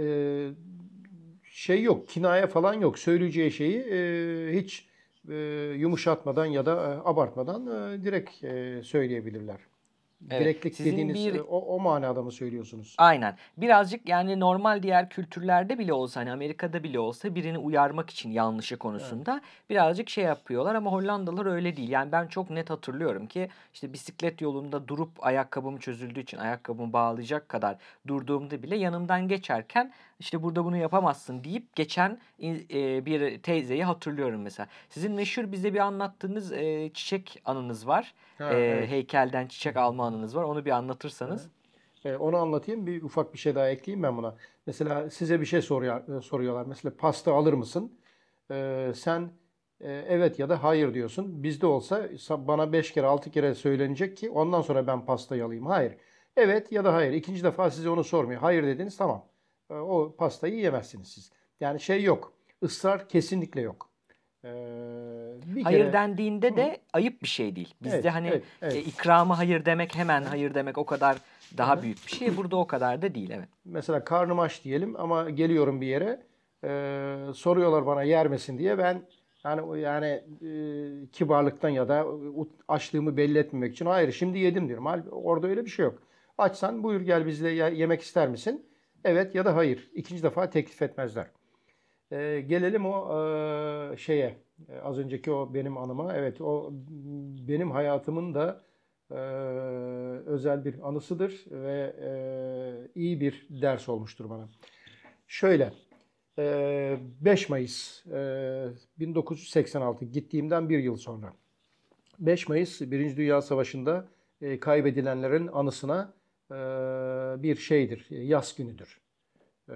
şey yok, kinaye falan yok. Söyleyeceği şeyi e, hiç e, yumuşatmadan ya da e, abartmadan e, direkt e, söyleyebilirler. Evet. Bileklik Sizin dediğiniz bir e, o, o manada mı söylüyorsunuz? Aynen. Birazcık yani normal diğer kültürlerde bile olsa hani Amerika'da bile olsa birini uyarmak için yanlışı Evet. konusunda birazcık şey yapıyorlar ama Hollandalılar öyle değil. Yani ben çok net hatırlıyorum ki işte bisiklet yolunda durup ayakkabım çözüldüğü için ayakkabımı bağlayacak kadar durduğumda bile yanımdan geçerken işte burada bunu yapamazsın deyip geçen in- e, bir teyzeyi hatırlıyorum mesela. Sizin meşhur bize bir anlattığınız e, çiçek anınız var. Ha, E, evet. heykelden çiçek alma anınız var. Onu bir anlatırsanız. Evet. E, onu anlatayım. Bir ufak bir şey daha ekleyeyim ben buna. Mesela size bir şey soruyor, e, soruyorlar. Mesela pasta alır mısın? E, sen e, evet ya da hayır diyorsun. Bizde olsa sa- bana beş kere altı kere söylenecek ki ondan sonra ben pastayı alayım. Hayır. Evet ya da hayır. İkinci defa size onu sormuyor. Hayır dediniz, tamam. E, o pastayı yiyemezsiniz siz. Yani şey yok. Israr kesinlikle yok. E, bir Hayır kere dendiğinde hı, de ayıp bir şey değil. Bizde evet, hani evet, e, evet. ikrama hayır demek hemen Hı, hayır demek o kadar hı daha hı. büyük bir şey. Burada o kadar da değil, evet. Mesela karnım aç diyelim ama geliyorum bir yere. Eee, soruyorlar bana yer misin diye. Ben yani o- yani eee, kibarlıktan ya da u- açlığımı belli etmemek için hayır şimdi yedim diyorum. Halbuki orada öyle bir şey yok. Açsan buyur gel bizle ye- yemek ister misin? Evet ya da hayır. İkinci defa teklif etmezler. Eee, gelelim o eee, şeye. Eee, az önceki o benim anıma. Evet, o benim hayatımın da eee, özel bir anısıdır ve eee, iyi bir ders olmuştur bana. Şöyle, eee, beş Mayıs eee, bin dokuz yüz seksen altı gittiğimden bir yıl sonra. beş Mayıs Birinci Dünya Savaşı'nda eee, kaybedilenlerin anısına eee, bir şeydir, yas günüdür. Eee,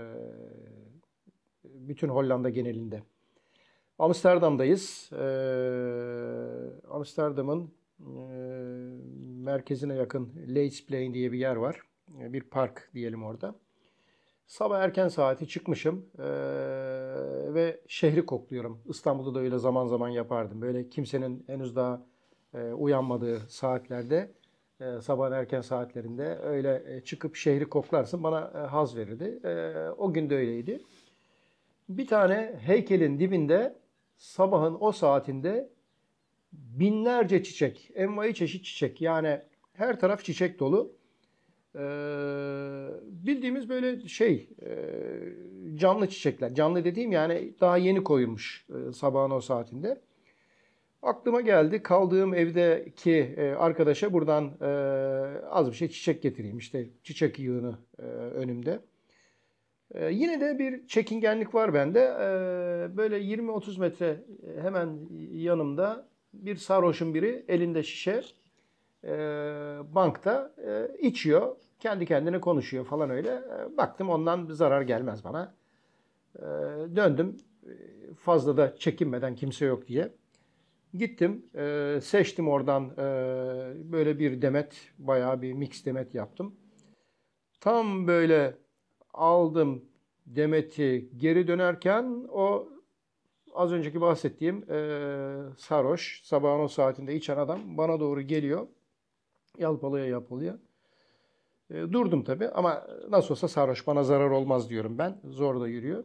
bütün Hollanda genelinde. Amsterdam'dayız. Ee, Amsterdam'ın e, merkezine yakın Leidseplein diye bir yer var. Ee, Bir park diyelim orada. Sabah erken saati çıkmışım ee, ve şehri kokluyorum. İstanbul'da da öyle zaman zaman yapardım. Böyle kimsenin henüz daha e, uyanmadığı saatlerde, e, sabahın erken saatlerinde öyle e, çıkıp şehri koklarsın. Bana e, haz verirdi. E, o gün de öyleydi. Bir tane heykelin dibinde sabahın o saatinde binlerce çiçek, envai çeşit çiçek. Yani her taraf çiçek dolu. Ee, bildiğimiz böyle şey, e, canlı çiçekler. Canlı dediğim yani daha yeni koyulmuş e, sabahın o saatinde. Aklıma geldi kaldığım evdeki e, arkadaşa buradan e, az bir şey çiçek getireyim. İşte çiçek yığını e, önümde. Ee, yine de bir çekingenlik var bende. Ee, böyle yirmi otuz metre hemen yanımda bir sarhoşun biri elinde şişe e, bankta e, içiyor. Kendi kendine konuşuyor falan öyle. E, baktım ondan bir zarar gelmez bana. E, döndüm. E, Fazla da çekinmeden kimse yok diye. Gittim. E, seçtim oradan e, böyle bir demet. Bayağı bir mix demet yaptım. Tam böyle aldım demeti geri dönerken o az önceki bahsettiğim eee sarhoş sabahın o saatinde içen adam bana doğru geliyor. Yalpalıya yapılıyor. E, durdum tabii ama nasıl olsa sarhoş bana zarar olmaz diyorum ben. Zor da yürüyor.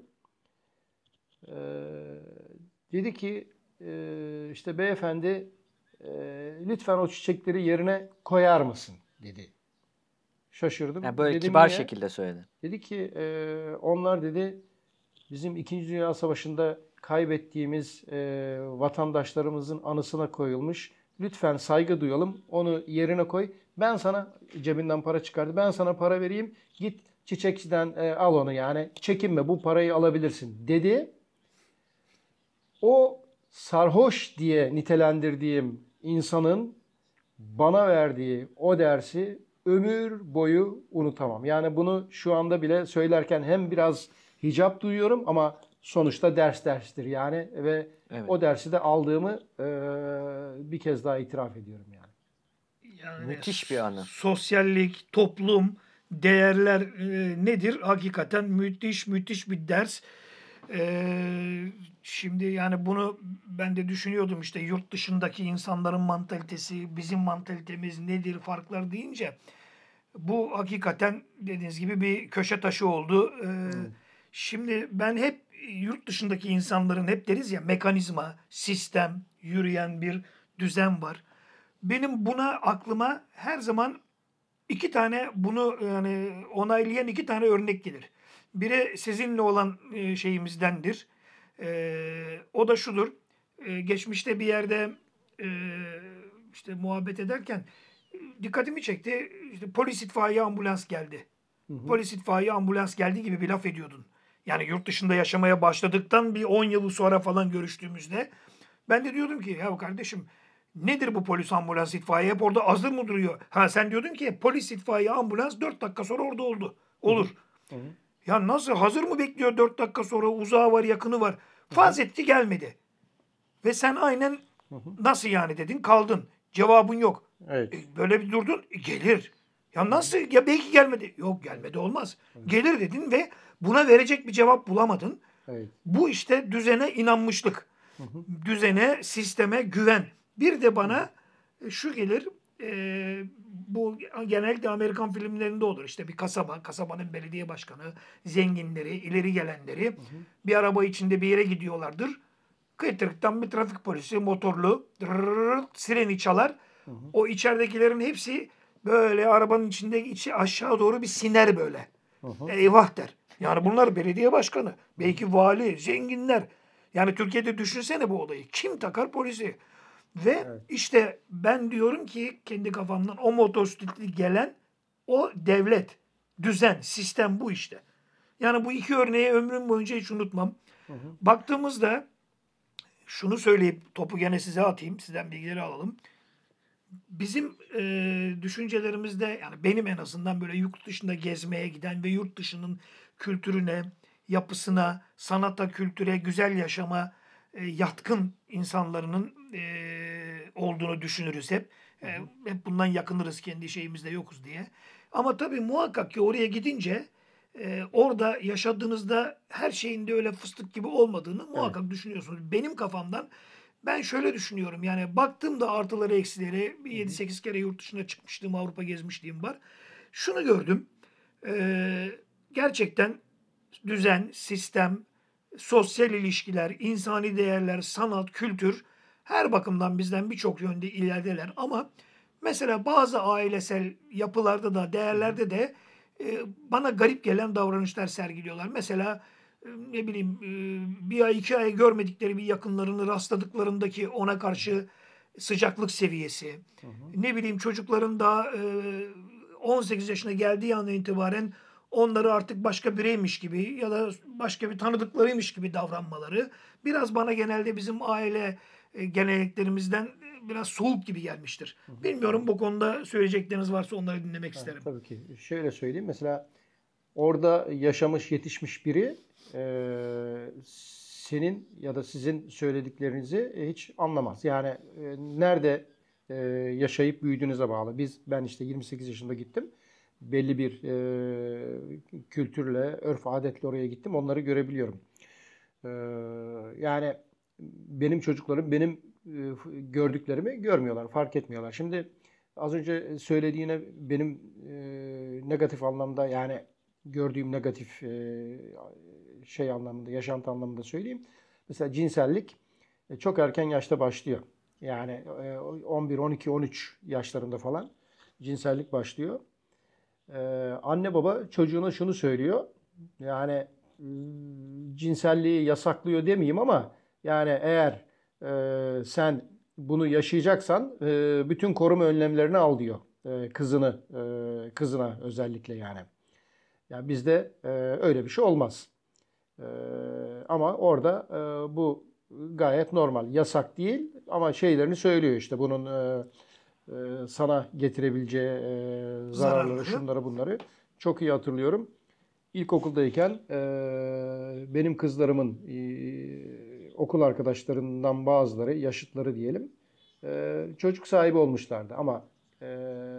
E, dedi ki e, işte beyefendi e, lütfen o çiçekleri yerine koyar mısın dedi. Yani Şaşırdım. böyle Dedim kibar niye? şekilde söyledi. Dedi ki e, onlar dedi bizim İkinci Dünya Savaşı'nda kaybettiğimiz e, vatandaşlarımızın anısına koyulmuş. Lütfen saygı duyalım. Onu yerine koy. Ben sana cebinden para çıkardı. Ben sana para vereyim. Git çiçekçiden e, al onu yani. Çekinme bu parayı alabilirsin dedi. O sarhoş diye nitelendirdiğim insanın bana verdiği o dersi ömür boyu unutamam. Yani bunu şu anda bile söylerken hem biraz hicap duyuyorum ama sonuçta ders derstir yani ve Evet. o dersi de aldığımı e, bir kez daha itiraf ediyorum yani. Yani Müthiş bir s- anı. sosyallik, toplum, değerler e, nedir? Hakikaten müthiş müthiş bir ders. E, şimdi yani bunu ben de düşünüyordum işte yurt dışındaki insanların mantalitesi, bizim mantalitemiz nedir, farklar deyince bu hakikaten dediğiniz gibi bir köşe taşı oldu. E, Evet. şimdi ben hep yurt dışındaki insanların hep deriz ya mekanizma, sistem, yürüyen bir düzen var. Benim buna aklıma her zaman iki tane bunu yani onaylayan iki tane örnek gelir. Biri sizinle olan e, şeyimizdendir. E, o da şudur. E, geçmişte bir yerde e, işte muhabbet ederken e, dikkatimi çekti. İşte polis, itfaiye, ambulans geldi. Hı hı. Polis, itfaiye, ambulans geldi gibi bir laf ediyordun. Yani yurt dışında yaşamaya başladıktan bir on yıl sonra falan görüştüğümüzde ben de diyordum ki ya kardeşim nedir bu polis, ambulans, itfaiye hep orada hazır mı duruyor? Ha sen diyordun ki polis, itfaiye, ambulans dört dakika sonra orada oldu. Hı hı. Olur. Hı hı. Ya nasıl hazır mı bekliyor dört dakika sonra, uzağı var yakını var. Hı hı. Farz etti gelmedi. Ve sen aynen Hı hı. nasıl yani dedin kaldın. Cevabın yok. Evet. E, böyle bir durdun e, gelir. Ya Hı hı. nasıl ya belki gelmedi. Yok Evet. gelmedi olmaz. Evet. Gelir dedin ve buna verecek bir cevap bulamadın. Evet. Bu işte düzene inanmışlık. Hı hı. Düzene, sisteme güven. Bir de Hı hı. bana e, şu gelir, e, bu genellikle Amerikan filmlerinde olur. İşte bir kasaba, kasabanın belediye başkanı, zenginleri, ileri gelenleri Hı hı. bir araba içinde bir yere gidiyorlardır. Kıytırıktan bir trafik polisi motorlu dırırırırt, sireni çalar. Hı hı. O içeridekilerin hepsi böyle arabanın içinde içi aşağı doğru bir siner böyle. Hı hı. Eyvah der. Yani bunlar belediye başkanı, Hı hı. belki vali, zenginler. Yani Türkiye'de düşünsene bu olayı. Kim takar polisi? Ve Evet. işte ben diyorum ki kendi kafamdan o motosikletli gelen o devlet, düzen, sistem bu işte. Yani bu iki örneği ömrüm boyunca hiç unutmam. Hı hı. Baktığımızda şunu söyleyip topu gene size atayım, sizden bilgileri alalım. Bizim e, düşüncelerimizde yani benim en azından böyle yurt dışında gezmeye giden ve yurt dışının kültürüne, yapısına, sanata, kültüre, güzel yaşama e, yatkın insanların e, olduğunu düşünürüz hep. Hı E, hı. hep bundan yakınırız kendi şeyimizde yokuz diye. Ama tabii muhakkak ki oraya gidince e, orada yaşadığınızda her şeyin de öyle fıstık gibi olmadığını Evet. muhakkak düşünüyorsunuz. Benim kafamdan ben şöyle düşünüyorum yani baktığımda artıları eksileri bir Hı yedi hı. sekiz kere yurt dışına çıkmışlığım, Avrupa gezmişliğim var. Şunu gördüm. Ee, gerçekten düzen, sistem, sosyal ilişkiler, insani değerler, sanat, kültür her bakımdan bizden birçok yönde ilerideler. Ama mesela bazı ailesel yapılarda da Hı hı. değerlerde de e, bana garip gelen davranışlar sergiliyorlar. Mesela e, ne bileyim e, bir ay iki ay görmedikleri bir yakınlarını rastladıklarındaki ona karşı sıcaklık seviyesi. Hı hı. Ne bileyim çocukların da e, on sekiz yaşına geldiği andan itibaren onları artık başka bireymiş gibi ya da başka bir tanıdıklarıymış gibi davranmaları biraz bana genelde bizim aile e, geleneklerimizden e, biraz soğuk gibi gelmiştir. Hı hı. Hı hı. Bilmiyorum bu konuda söyleyecekleriniz varsa onları dinlemek Ha, isterim. tabii ki. Şöyle söyleyeyim. Mesela orada yaşamış, yetişmiş biri eee, senin ya da sizin söylediklerinizi e, hiç anlamaz. Yani e, nerede e, yaşayıp büyüdüğünüze bağlı. Biz ben işte yirmi sekiz yaşında gittim. Belli bir e, kültürle, örf adetle oraya gittim. Onları görebiliyorum. Eee, yani benim çocuklarım benim e, gördüklerimi görmüyorlar, fark etmiyorlar. Şimdi az önce söylediğine benim e, negatif anlamda yani gördüğüm negatif e, şey anlamında, yaşantı anlamında söyleyeyim. Mesela cinsellik e, çok erken yaşta başlıyor. Yani e, on bir, on iki, on üç yaşlarında falan cinsellik başlıyor. Ee, anne baba çocuğuna şunu söylüyor. Yani ıı, cinselliği yasaklıyor demeyeyim ama yani eğer e, sen bunu yaşayacaksan e, bütün koruma önlemlerini al diyor. E, kızını e, kızına özellikle yani. Yani bizde e, öyle bir şey olmaz. E, ama orada e, bu gayet normal. Yasak değil ama şeylerini söylüyor işte bunun e, e, sana getirebileceği e, zararları, Zararları. şunları bunları çok iyi hatırlıyorum. İlkokuldayken e, benim kızlarımın e, okul arkadaşlarından bazıları, yaşıtları diyelim, e, çocuk sahibi olmuşlardı. Ama e,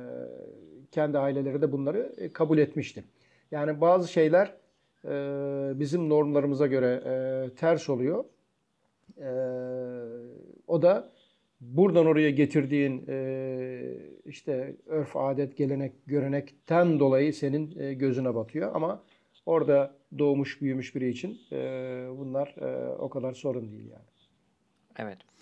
kendi aileleri de bunları e, kabul etmişti. Yani bazı şeyler e, bizim normlarımıza göre e, ters oluyor. E, o da buradan oraya getirdiğin e, işte örf, adet, gelenek, görenekten dolayı senin e, gözüne batıyor. Ama orada doğmuş, büyümüş biri için e, bunlar e, o kadar sorun değil yani. Evet.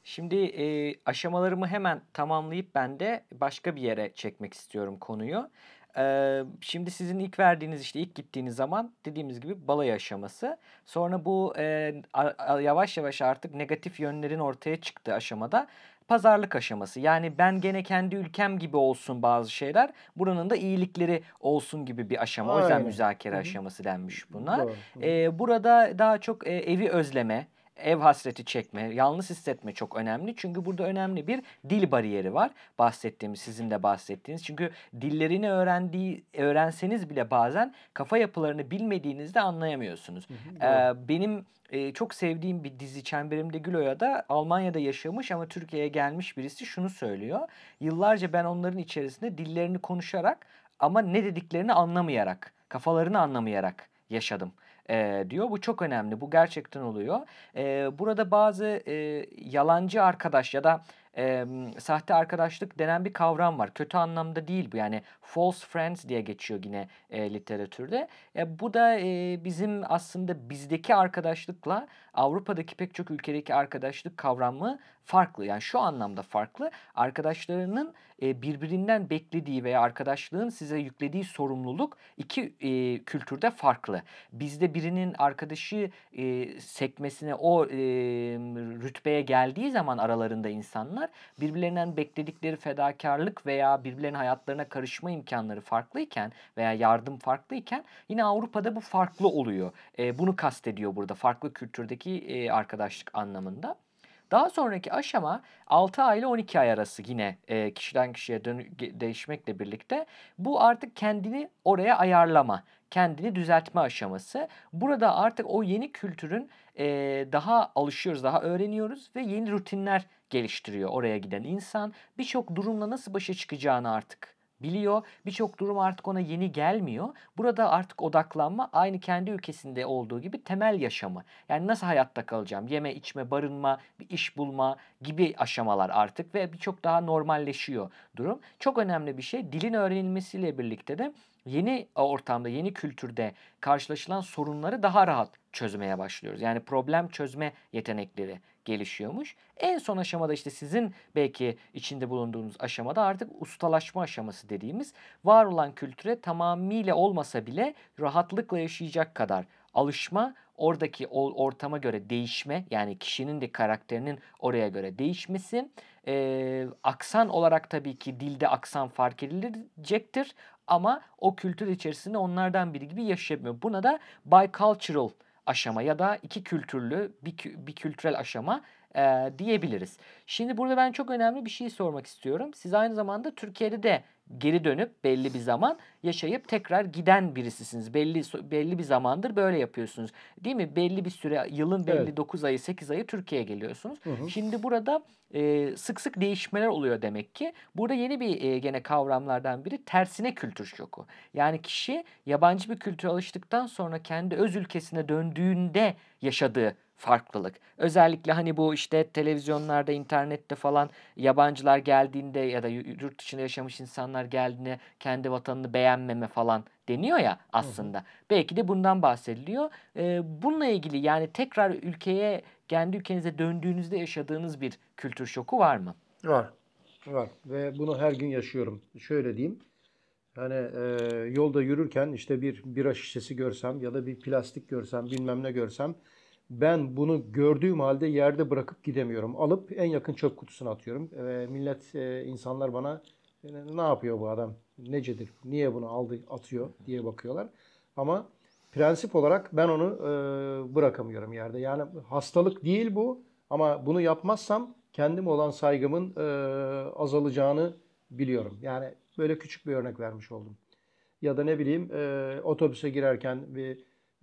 Şimdi e, aşamalarımı hemen tamamlayıp ben de başka bir yere çekmek istiyorum konuyu. Eee, şimdi sizin ilk verdiğiniz işte ilk gittiğiniz zaman dediğimiz gibi balayı aşaması. Sonra bu eee, a- a- yavaş yavaş artık negatif yönlerin ortaya çıktığı aşamada pazarlık aşaması. Yani ben gene kendi ülkem gibi olsun bazı şeyler, buranın da iyilikleri olsun gibi bir aşama. O yüzden Aynen. müzakere Hı hı. aşaması denmiş buna. Doğru. Hı hı. Eee, burada daha çok eee, evi özleme, ev hasreti çekme, yalnız hissetme çok önemli. Çünkü burada önemli bir dil bariyeri var. Bahsettiğimiz, sizin de bahsettiğiniz. Çünkü dillerini öğrendiği öğrenseniz bile bazen kafa yapılarını bilmediğinizde anlayamıyorsunuz. Hı hı. Ee, Doğru. benim e, çok sevdiğim bir dizi Çemberimde Gül Oya'da Almanya'da yaşamış ama Türkiye'ye gelmiş birisi şunu söylüyor. Yıllarca ben onların içerisinde dillerini konuşarak ama ne dediklerini anlamayarak, kafalarını anlamayarak yaşadım. Ee, diyor. Bu çok önemli. Bu gerçekten oluyor. Ee, burada bazı e, yalancı arkadaş ya da e, sahte arkadaşlık denen bir kavram var. Kötü anlamda değil bu. Yani false friends diye geçiyor yine e, literatürde. E, bu da e, bizim aslında bizdeki arkadaşlıkla Avrupa'daki pek çok ülkedeki arkadaşlık kavramı farklı. Yani şu anlamda farklı. Arkadaşlarının e, birbirinden beklediği veya arkadaşlığın size yüklediği sorumluluk iki e, kültürde farklı. Bizde birinin arkadaşı e, sekmesine o e, rütbeye geldiği zaman aralarında insanlar birbirlerinden bekledikleri fedakarlık veya birbirlerinin hayatlarına karışma imkanları farklıyken veya yardım farklıyken yine Avrupa'da bu farklı oluyor. E, bunu kastediyor burada farklı kültürdeki e, arkadaşlık anlamında. Daha sonraki aşama altı ay ile on iki ay arası yine e, kişiden kişiye dön- ge- değişmekle birlikte bu artık kendini oraya ayarlama, kendini düzeltme aşaması. Burada artık o yeni kültürün e, daha alışıyoruz, daha öğreniyoruz ve yeni rutinler geliştiriyor oraya giden insan. Birçok durumla nasıl başa çıkacağını artık biliyor. Birçok durum artık ona yeni gelmiyor. Burada artık odaklanma aynı kendi ülkesinde olduğu gibi temel yaşamı. Yani nasıl hayatta kalacağım? Yeme, içme, barınma, bir iş bulma gibi aşamalar artık ve birçok daha normalleşiyor durum. Çok önemli bir şey. Dilin öğrenilmesiyle birlikte de yeni ortamda, yeni kültürde karşılaşılan sorunları daha rahat çözmeye başlıyoruz. Yani problem çözme yetenekleri gelişiyormuş. En son aşamada işte sizin belki içinde bulunduğunuz aşamada artık ustalaşma aşaması dediğimiz var olan kültüre tamamıyla olmasa bile rahatlıkla yaşayacak kadar alışma, oradaki ortama göre değişme yani kişinin de karakterinin oraya göre değişmesi. Ee, aksan olarak tabii ki dilde aksan fark edilecektir ama o kültür içerisinde onlardan biri gibi yaşayamıyor. Buna da bicultural aşama ya da iki kültürlü bir, bir kültürel aşama e, diyebiliriz. Şimdi burada ben çok önemli bir şey sormak istiyorum. Siz aynı zamanda Türkiye'de de geri dönüp belli bir zaman yaşayıp tekrar giden birisisiniz. Belli belli bir zamandır böyle yapıyorsunuz. Değil mi? Belli bir süre, yılın Evet. belli dokuz ayı, sekiz ayı Türkiye'ye geliyorsunuz. Hı hı. Şimdi burada e, sık sık değişmeler oluyor demek ki. Burada yeni bir e, gene kavramlardan biri tersine kültür şoku. Yani kişi yabancı bir kültüre alıştıktan sonra kendi öz ülkesine döndüğünde yaşadığı farklılık. Özellikle hani bu işte televizyonlarda, internette falan yabancılar geldiğinde ya da yurt dışında yaşamış insanlar geldiğinde kendi vatanını beğenmeme falan deniyor ya Hı hı. aslında. Belki de bundan bahsediliyor. Ee, bununla ilgili yani tekrar ülkeye, kendi ülkenize döndüğünüzde yaşadığınız bir kültür şoku var mı? Var. Var. Ve bunu her gün yaşıyorum. Şöyle diyeyim. Hani e, yolda yürürken işte bir bira şişesi görsem ya da bir plastik görsem, bilmem ne görsem ben bunu gördüğüm halde yerde bırakıp gidemiyorum. Alıp en yakın çöp kutusuna atıyorum. E, millet, e, insanlar bana "E, ne yapıyor bu adam? Necedir? Niye bunu aldı, atıyor?" diye bakıyorlar. Ama prensip olarak ben onu e, bırakamıyorum yerde. Yani hastalık değil bu ama bunu yapmazsam kendime olan saygımın e, azalacağını biliyorum. Yani böyle küçük bir örnek vermiş oldum. Ya da ne bileyim, e, otobüse girerken bir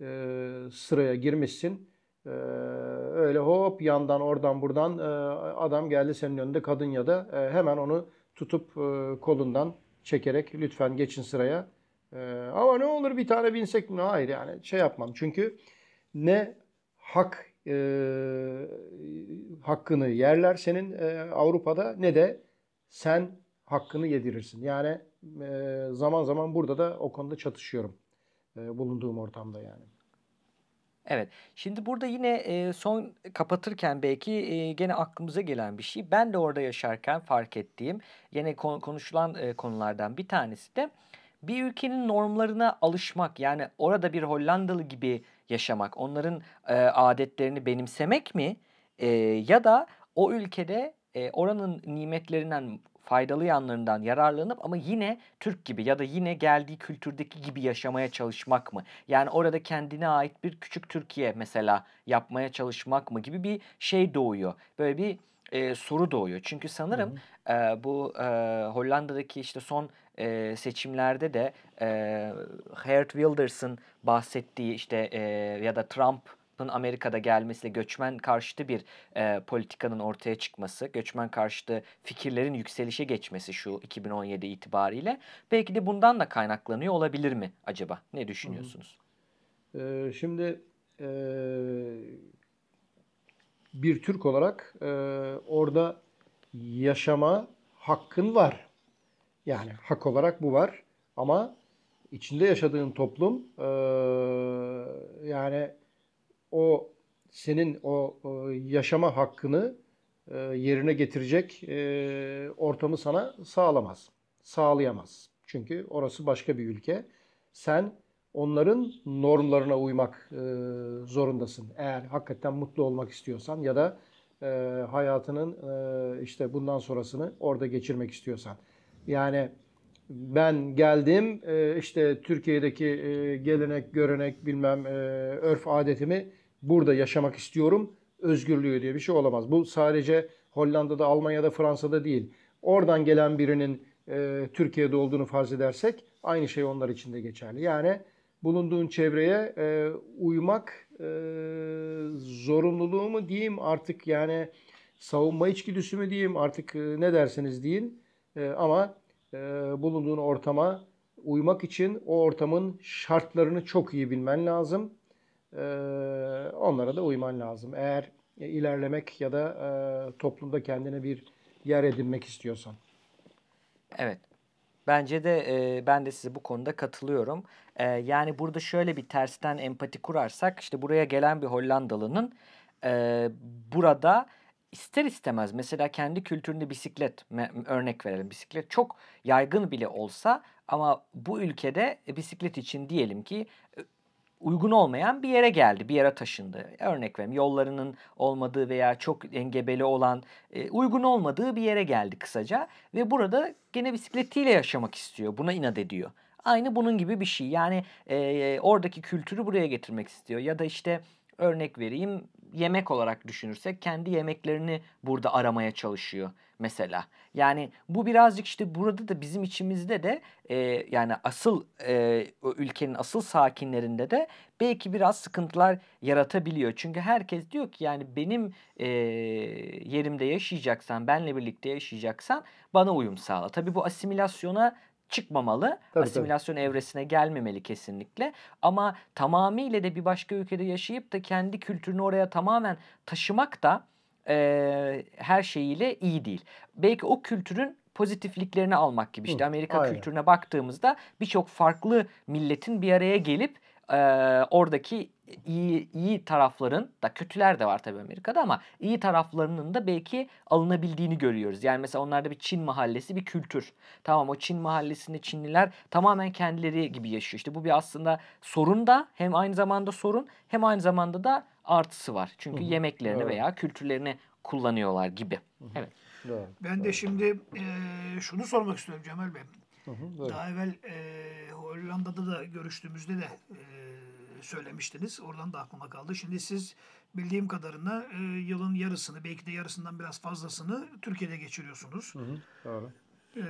e, sıraya girmişsin. E, öyle hop yandan oradan buradan e, adam geldi senin önünde, kadın ya da e, hemen onu tutup e, kolundan çekerek lütfen geçin sıraya. E, ama ne olur bir tane binsek mi? Hayır, yani şey yapmam. Çünkü ne hak e, hakkını yerler senin e, Avrupa'da, ne de sen hakkını yedirirsin. Yani e, zaman zaman burada da o konuda çatışıyorum e, bulunduğum ortamda yani. Evet. Şimdi burada yine e, son kapatırken belki e, gene aklımıza gelen bir şey. Ben de orada yaşarken fark ettiğim yine kon- konuşulan e, konulardan bir tanesi de bir ülkenin normlarına alışmak. Yani orada bir Hollandalı gibi yaşamak, onların e, adetlerini benimsemek mi? E, ya da o ülkede e, oranın nimetlerinden, faydalı yanlarından yararlanıp ama yine Türk gibi ya da yine geldiği kültürdeki gibi yaşamaya çalışmak mı? Yani orada kendine ait bir küçük Türkiye mesela yapmaya çalışmak mı gibi bir şey doğuyor. Böyle bir e, soru doğuyor. Çünkü Hı sanırım hı. e, bu e, Hollanda'daki işte son e, seçimlerde de e, Geert Wilders'ın bahsettiği işte e, ya da Trump'ın Amerika'da gelmesiyle göçmen karşıtı bir e, politikanın ortaya çıkması, göçmen karşıtı fikirlerin yükselişe geçmesi şu iki bin on yedi itibariyle belki de bundan da kaynaklanıyor olabilir mi acaba? Ne Hı hı. düşünüyorsunuz? Ee, şimdi e, bir Türk olarak e, orada yaşama hakkın var. Yani hak olarak bu var. Ama içinde yaşadığın toplum e, yani o senin o, o yaşama hakkını e, yerine getirecek e, ortamı sana sağlamaz. Sağlayamaz. Çünkü orası başka bir ülke. Sen onların normlarına uymak e, zorundasın. Eğer hakikaten mutlu olmak istiyorsan ya da e, hayatının e, işte bundan sonrasını orada geçirmek istiyorsan. Yani ben geldim e, işte Türkiye'deki e, gelenek, görenek bilmem e, örf adetimi burada yaşamak istiyorum. Özgürlüğü diye bir şey olamaz. Bu sadece Hollanda'da, Almanya'da, Fransa'da değil. Oradan gelen birinin e, Türkiye'de olduğunu farz edersek aynı şey onlar için de geçerli. Yani bulunduğun çevreye e, uymak e, zorunluluğu mu diyeyim artık yani savunma içgüdüsü mü diyeyim artık e, ne derseniz deyin. E, ama e, bulunduğun ortama uymak için o ortamın şartlarını çok iyi bilmen lazım. E, onlara da uyman lazım. Eğer ilerlemek ya da e, toplumda kendine bir yer edinmek istiyorsan. Evet. Bence de e, ben de size bu konuda katılıyorum. E, yani burada şöyle bir tersten empati kurarsak işte buraya gelen bir Hollandalı'nın e, burada ister istemez mesela kendi kültüründe bisiklet me- örnek verelim. Bisiklet çok yaygın bile olsa ama bu ülkede e, bisiklet için diyelim ki e, uygun olmayan bir yere geldi, bir yere taşındı. Örnek vereyim, yollarının olmadığı veya çok engebeli olan, e, uygun olmadığı bir yere geldi kısaca ve burada gene bisikletiyle yaşamak istiyor. Buna inat ediyor. Aynı bunun gibi bir şey. Yani e, oradaki kültürü buraya getirmek istiyor. Ya da işte örnek vereyim, yemek olarak düşünürsek kendi yemeklerini burada aramaya çalışıyor mesela. Yani bu birazcık işte burada da bizim içimizde de e, yani asıl e, o ülkenin asıl sakinlerinde de belki biraz sıkıntılar yaratabiliyor. Çünkü herkes diyor ki yani benim e, yerimde yaşayacaksan, benle birlikte yaşayacaksan bana uyum sağla. Tabii bu asimilasyona çıkmamalı. Tabii tabii. Asimilasyon evresine gelmemeli kesinlikle. Ama tamamıyla de bir başka ülkede yaşayıp da kendi kültürünü oraya tamamen taşımak da e, her şeyiyle iyi değil. Belki o kültürün pozitifliklerini almak gibi. Hı, İşte Amerika aynen. kültürüne baktığımızda birçok farklı milletin bir araya gelip eee, oradaki iyi iyi tarafların da kötüler de var tabii Amerika'da ama iyi taraflarının da belki alınabildiğini görüyoruz. Yani mesela onlarda bir Çin mahallesi bir kültür. Tamam o Çin mahallesinde Çinliler tamamen kendileri gibi yaşıyor. İşte bu bir aslında sorun da hem aynı zamanda sorun hem aynı zamanda da artısı var. Hı Çünkü hı. yemeklerini Doğru. veya kültürlerini kullanıyorlar gibi. Hı hı. Evet. Doğru. Ben de Doğru. şimdi eee, şunu sormak istiyorum Cemal Bey. Hı hı. Buyurun. Daha evvel eee, Hollanda'da da görüştüğümüzde de eee, söylemiştiniz. Oradan da aklıma kaldı. Şimdi siz bildiğim kadarıyla eee, yılın yarısını, belki de yarısından biraz fazlasını Türkiye'de geçiriyorsunuz. Hı hı. Doğru. Eee,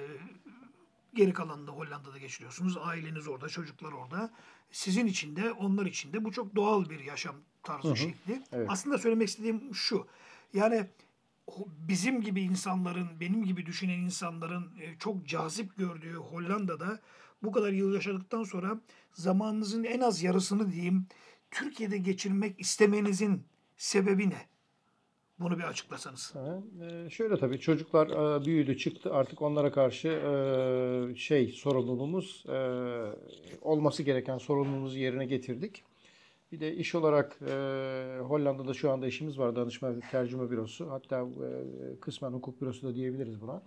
Geri kalanını da Hollanda'da geçiriyorsunuz. Aileniz orada, çocuklar orada. Sizin için de, onlar için de bu çok doğal bir yaşam Hı tarzı hı. şekli. Evet. Aslında söylemek istediğim şu. Yani bizim gibi insanların, benim gibi düşünen insanların e, çok cazip gördüğü Hollanda'da bu kadar yıl yaşadıktan sonra zamanınızın en az yarısını diyeyim Türkiye'de geçirmek istemenizin sebebi ne? Bunu bir açıklasanız. Ha, e, şöyle tabii çocuklar e, büyüdü çıktı artık onlara karşı e, şey sorumluluğumuz e, olması gereken sorumluluğumuzu yerine getirdik. Bir de iş olarak e, Hollanda'da şu anda işimiz var. Danışma ve tercüme bürosu. Hatta e, kısmen hukuk bürosu da diyebiliriz buna.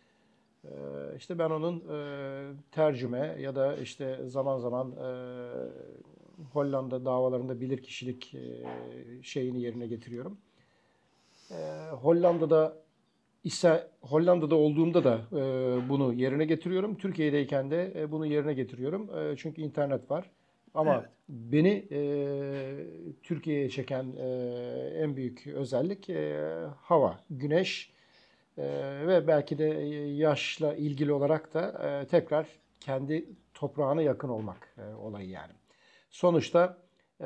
E, işte ben onun e, tercüme ya da işte zaman zaman e, Hollanda davalarında bilirkişilik e, şeyini yerine getiriyorum. E, Hollanda'da ise Hollanda'da olduğumda da e, bunu yerine getiriyorum. Türkiye'deyken de e, bunu yerine getiriyorum. E, çünkü internet var. Ama Evet. beni e, Türkiye'ye çeken e, en büyük özellik e, hava, güneş e, ve belki de yaşla ilgili olarak da e, tekrar kendi toprağına yakın olmak e, olayı yani. Sonuçta e,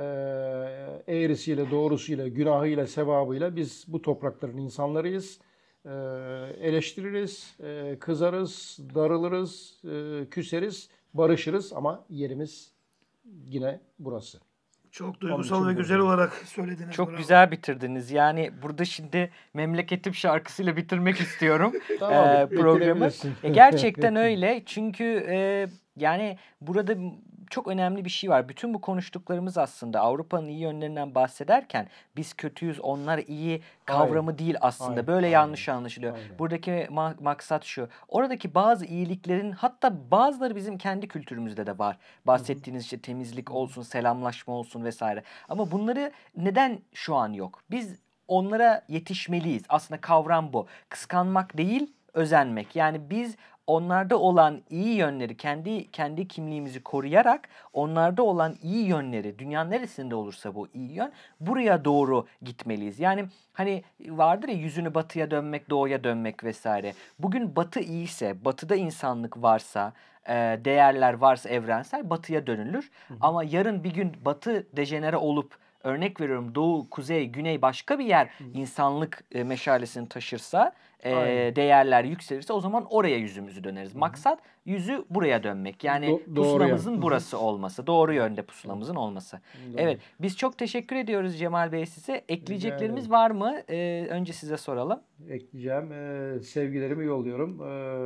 eğrisiyle, doğrusuyla, günahıyla, sevabıyla biz bu toprakların insanlarıyız. E, eleştiririz, e, kızarız, darılırız, e, küseriz, barışırız ama yerimiz yine burası. Çok Onun duygusal için ve güzel buradayım. olarak söylediniz. Çok Bravo. güzel bitirdiniz. Yani burada şimdi memleketim şarkısıyla bitirmek istiyorum Tamam, e, programı. bitirebilirsin. E, gerçekten öyle. Çünkü e, yani burada çok önemli bir şey var. Bütün bu konuştuklarımız aslında Avrupa'nın iyi yönlerinden bahsederken biz kötüyüz, onlar iyi kavramı Hayır. değil aslında. Hayır, Böyle hayır, yanlış anlaşılıyor. hayır. Buradaki ma- maksat şu. Oradaki bazı iyiliklerin hatta bazıları bizim kendi kültürümüzde de var. Bahsettiğiniz işte temizlik olsun, selamlaşma olsun vesaire. Ama bunları neden şu an yok? Biz onlara yetişmeliyiz. Aslında kavram bu. Kıskanmak değil, özenmek. Yani biz onlarda olan iyi yönleri, kendi kendi kimliğimizi koruyarak onlarda olan iyi yönleri, dünyanın neresinde olursa bu iyi yön, buraya doğru gitmeliyiz. Yani hani vardır ya, yüzünü batıya dönmek, doğuya dönmek vesaire. Bugün batı iyiyse, batıda insanlık varsa, e, değerler varsa evrensel, batıya dönülür. Ama yarın bir gün batı dejenere olup, örnek veriyorum, doğu, kuzey, güney başka bir yer insanlık e, meşalesini taşırsa, e, Aynen. değerler yükselirse, o zaman oraya yüzümüzü döneriz. Maksat yüzü buraya dönmek. Yani Do- doğruya. pusulamızın burası olması. Doğru yönde pusulamızın olması. Doğru. Evet. Biz çok teşekkür ediyoruz Cemal Bey size. Ekleyeceklerimiz ederim. var mı? E, önce size soralım. Ekleyeceğim. Ee, sevgilerimi yolluyorum.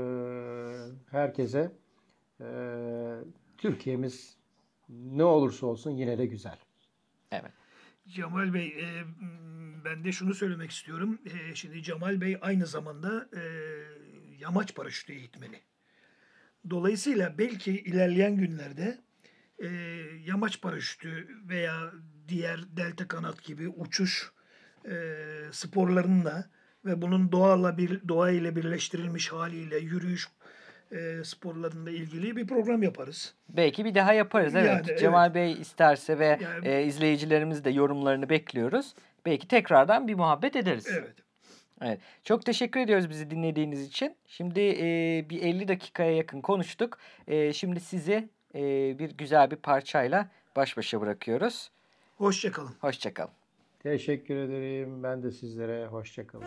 Ee, herkese. Ee, Türkiye'miz ne olursa olsun yine de güzel. Evet. Cemal Bey, e, ben de şunu söylemek istiyorum. E, şimdi Cemal Bey aynı zamanda e, yamaç paraşütü eğitmeni. Dolayısıyla belki ilerleyen günlerde e, yamaç paraşütü veya diğer delta kanat gibi uçuş e, sporlarında ve bunun doğayla bir doğa ile birleştirilmiş haliyle yürüyüş e, sporlarında ilgili bir program yaparız. Belki bir daha yaparız. Evet. Yani, evet. Cemal Bey isterse ve Yani- e, izleyicilerimiz de yorumlarını bekliyoruz. Belki tekrardan bir muhabbet ederiz. Evet. Evet. Çok teşekkür ediyoruz bizi dinlediğiniz için. Şimdi e, bir elli dakikaya yakın konuştuk. E, şimdi sizi e, bir güzel bir parçayla baş başa bırakıyoruz. Hoşça kalın. Hoşça kalın. Teşekkür ederim. Ben de sizlere. Hoşça kalın.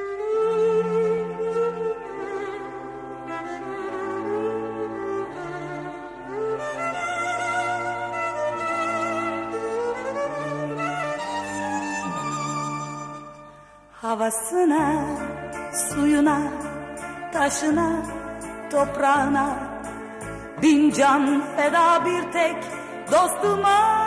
Havasına, suyuna, taşına, toprağına bin can feda bir tek dostuma.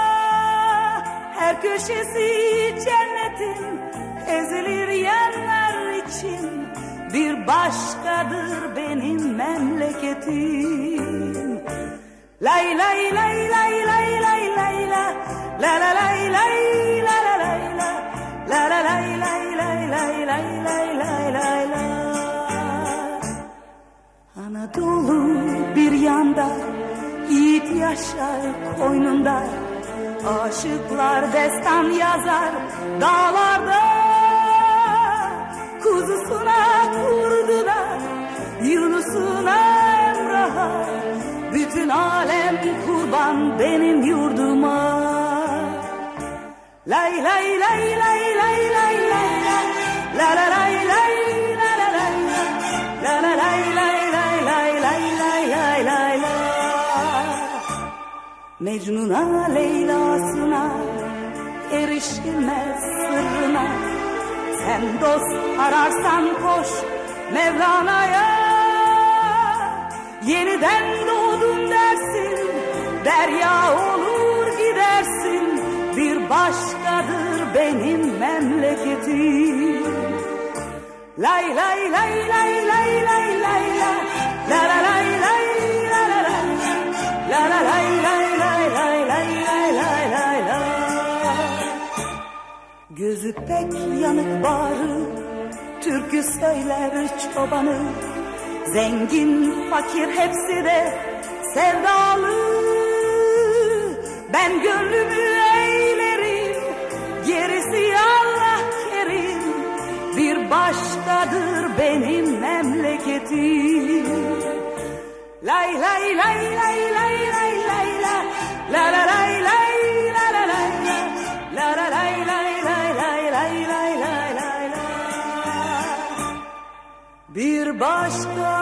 Her köşesi cennetin ezilir yerler için bir başkadır benim memleketim. Lay lay lay lay lay lay lay la la la lay lay la la lay la la la lay lay lay lay lay lay lay lay la. Anadolu bir yanda, yiğit yaşar koynunda, aşıklar destan yazar dağlarda. Kuzusuna kurduna, Yunus'una Emrah'a, bütün alem kurban benim yurduma. Lay lay lay lay lay lay lay la la lay lay la la lay la la lay lay lay lay lay lay lay lay la. Mecnun'a Leyla'sına erişilmez sırrına, sen dost ararsan koş Mevlana'ya. Yeniden doğdum dersin, derya olur gidersin, başkadır benim memleketim. Lay lay lay lay lay lay lay la la la lay lay la la la la la lay lay lay lay lay lay lay lay la. Gözü pek yanık bağrı, türkü söyler çobanı, zengin fakir hepsi de sevdalı. Ben gönlümü eğlerim, gerisi Allah kerim, bir başkadır benim memleketim. Lay lay lay lay lay lay lay la la la lay lay la la lay la la la lay lay lay lay lay lay lay lay la. Bir başka